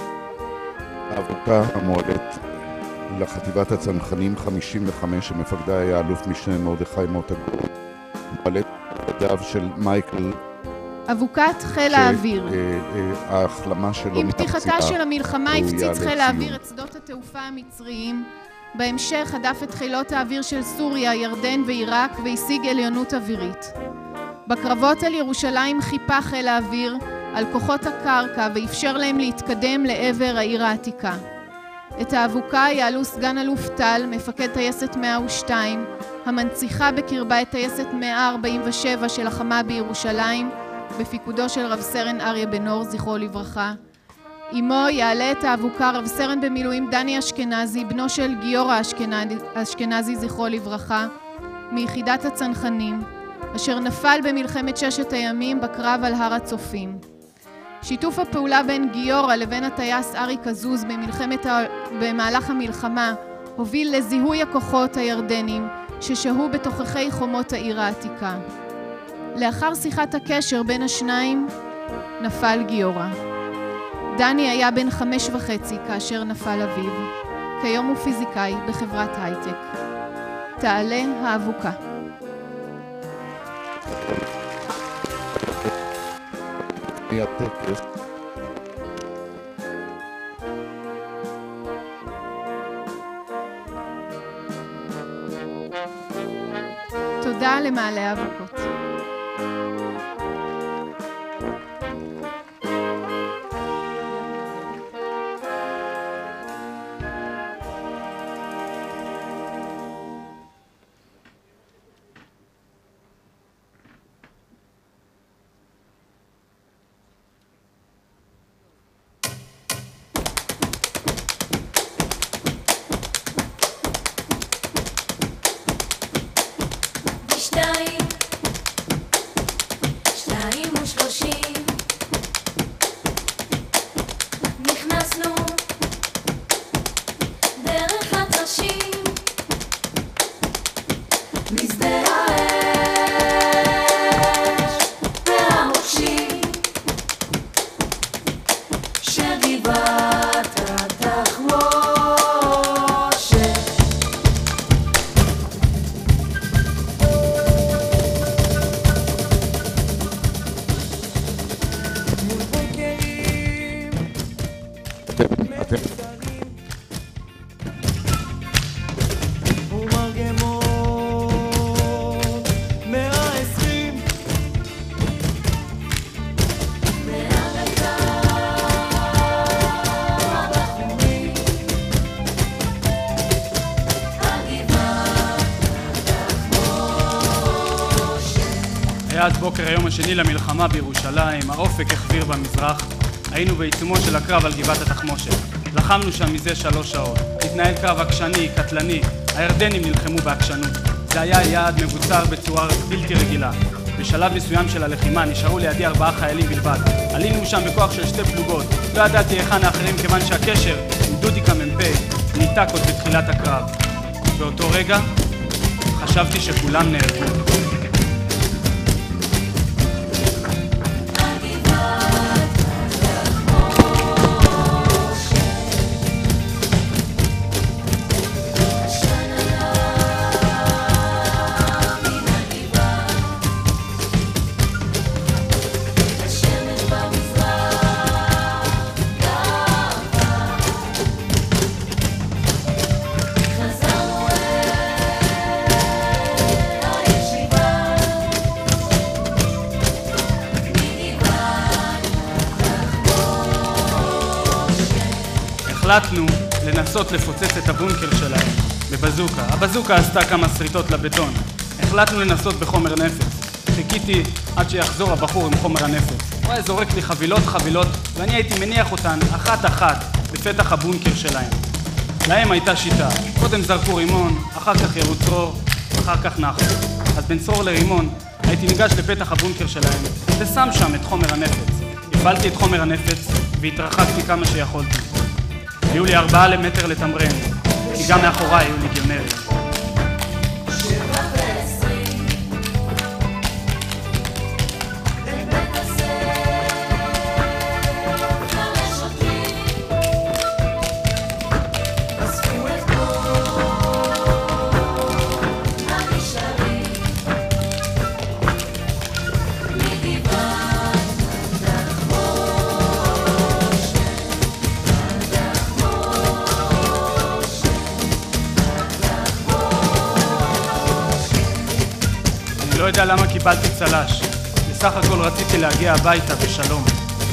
האבוקה המועלת לחטיבת הצנחנים חמישים וחמש שמפקדה היה אלוף משנה מרדכי מוטה גור, מועלת ידיו של מייקל, אבוקת חיל האוויר. ההחלמה שלו עם פתיחתה של המלחמה הפציץ חיל האוויר את שדות התעופה המצריים. בהמשך הדף את חילות האוויר של סוריה, ירדן ועיראק והשיג עליונות אווירית. בקרבות על ירושלים חיפה חיל האוויר על כוחות הקרקע ואפשר להם להתקדם לעבר העיר העתיקה. את האבוקה יעלו סגן אלוף טל, מפקד טייסת מאה ושתיים, המנציחה בקרבה את טייסת מאה ארבעים ושבע של החמה בירושלים, בפיקודו של רב סרן אריה בן אור, זכרו לברכה. עמו יעלה את האבוקה רב סרן במילואים דני אשכנזי, בנו של גיורא אשכנזי, זכרו לברכה, מיחידת הצנחנים, אשר נפל במלחמת ששת הימים בקרב על הר הצופים. שיתוף הפעולה בין גיורא לבין הטייס אריק עזוז במלחמת ה... במהלך המלחמה הוביל לזיהוי הכוחות הירדנים ששהו בתוככי חומות העיר העתיקה. לאחר שיחת הקשר בין השניים נפל גיורא. דני היה בן חמש וחצי כאשר נפל אביו. כיום הוא פיזיקאי בחברת הייטק. תעלה האבוקה. תודה למעלה האבוקות. אתם... היה אז בוקר היום השני למלחמה בירושלים, האופק החביר במזרח. היינו בעיצומו של הקרב על גבעת התחמושת. לחמנו שם מזה שלוש שעות. התנהל קרב עקשני, קטלני. הירדנים נלחמו בעקשנות. זה היה יעד מבוצר בצורה בלתי רגילה. בשלב מסוים של הלחימה נשארו לידי ארבעה חיילים בלבד. עלינו שם בכוח של שתי פלוגות. לא ידעתי היכן האחרים כיוון שהקשר עם דודיקה מ"פ ניתק עוד בתחילת הקרב. באותו רגע חשבתי שכולם נהרגו. החלטנו לנסות לפוצץ את הבונקר שלהם בבזוקה. הבזוקה עשתה כמה שריטות לבטון. החלטנו לנסות בחומר נפץ. חיכיתי עד שיחזור הבחור עם חומר הנפץ. הוא היה זורק לי חבילות חבילות ואני הייתי מניח אותן אחת אחת בפתח הבונקר שלהם. להם הייתה שיטה. קודם זרקו רימון, אחר כך ירו צרור, אחר כך נחו. אז בין צרור לרימון הייתי ניגש לפתח הבונקר שלהם ושם שם את חומר הנפץ. הפעלתי את חומר הנפץ והתרחקתי כמה שיכולתי. היו לי ארבעה למטר לתמרן, כי גם מאחוריי היו ליגיונרים. לא יודע למה קיבלתי צלש. בסך הכל רציתי להגיע הביתה בשלום.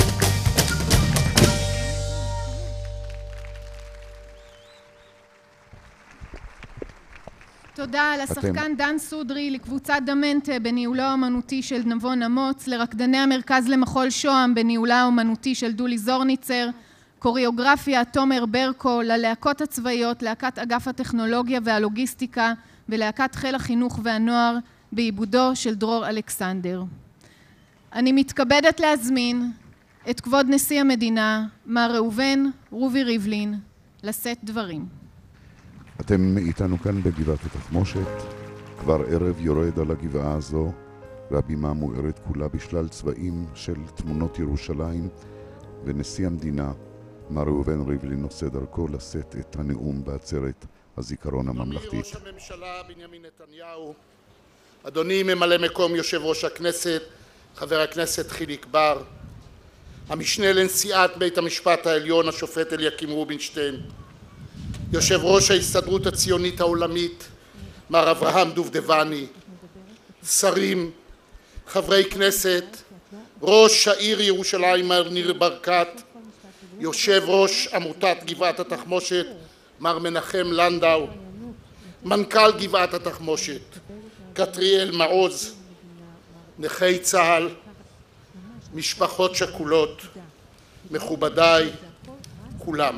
תודה לשחקן דן סודרי, לקבוצת דמנטה בניהולו האמנותי של נבון אמוץ, לרקדני המרכז למחול שוהם בניהולה האמנותי של דולי זורניצר, קוריאוגרפיה תומר ברקו, ללהקות הצבאיות, להקת אגף הטכנולוגיה והלוגיסטיקה ולהקת חיל החינוך והנוער בעיבודו של דרור אלכסנדר. אני מתכבדת להזמין את כבוד נשיא המדינה, מר ראובן רובי ריבלין, לשאת דברים. אתם איתנו כאן בגבעת התחמושת, כבר ערב יורד על הגבעה הזו, והבימה מוארת כולה בשלל צבעים של תמונות ירושלים, ונשיא המדינה, מר ראובן ריבלין, נושא דרכו לשאת את הנאום בעצרת הזיכרון הממלכתית. אדוני ראש הממשלה בנימין נתניהו, אדוני ממלא מקום יושב ראש הכנסת, חבר הכנסת חיליק בר, המשנה לנשיאת בית המשפט העליון השופט אליקים רובינשטיין, יושב ראש ההסתדרות הציונית העולמית, מר אברהם דובדבני, שרים, חברי כנסת, ראש העיר ירושלים מר ניר ברקת, יושב ראש עמותת גבעת התחמושת, מר מנחם לנדאו, מנכ"ל גבעת התחמושת, קטריאל מעוז, נכי צה"ל, משפחות שכולות, מכובדיי, כולם.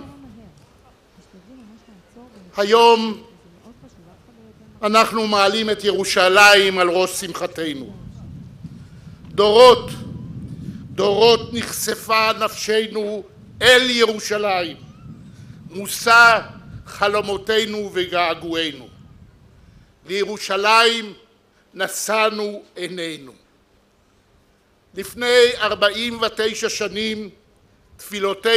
היום אנחנו מעלים את ירושלים על ראש שמחתנו. דורות, דורות נחשפה נפשנו אל ירושלים, מושא חלומותינו וגעגועינו. לירושלים נשאנו עינינו. לפני ארבעים ותשע שנים תפילותינו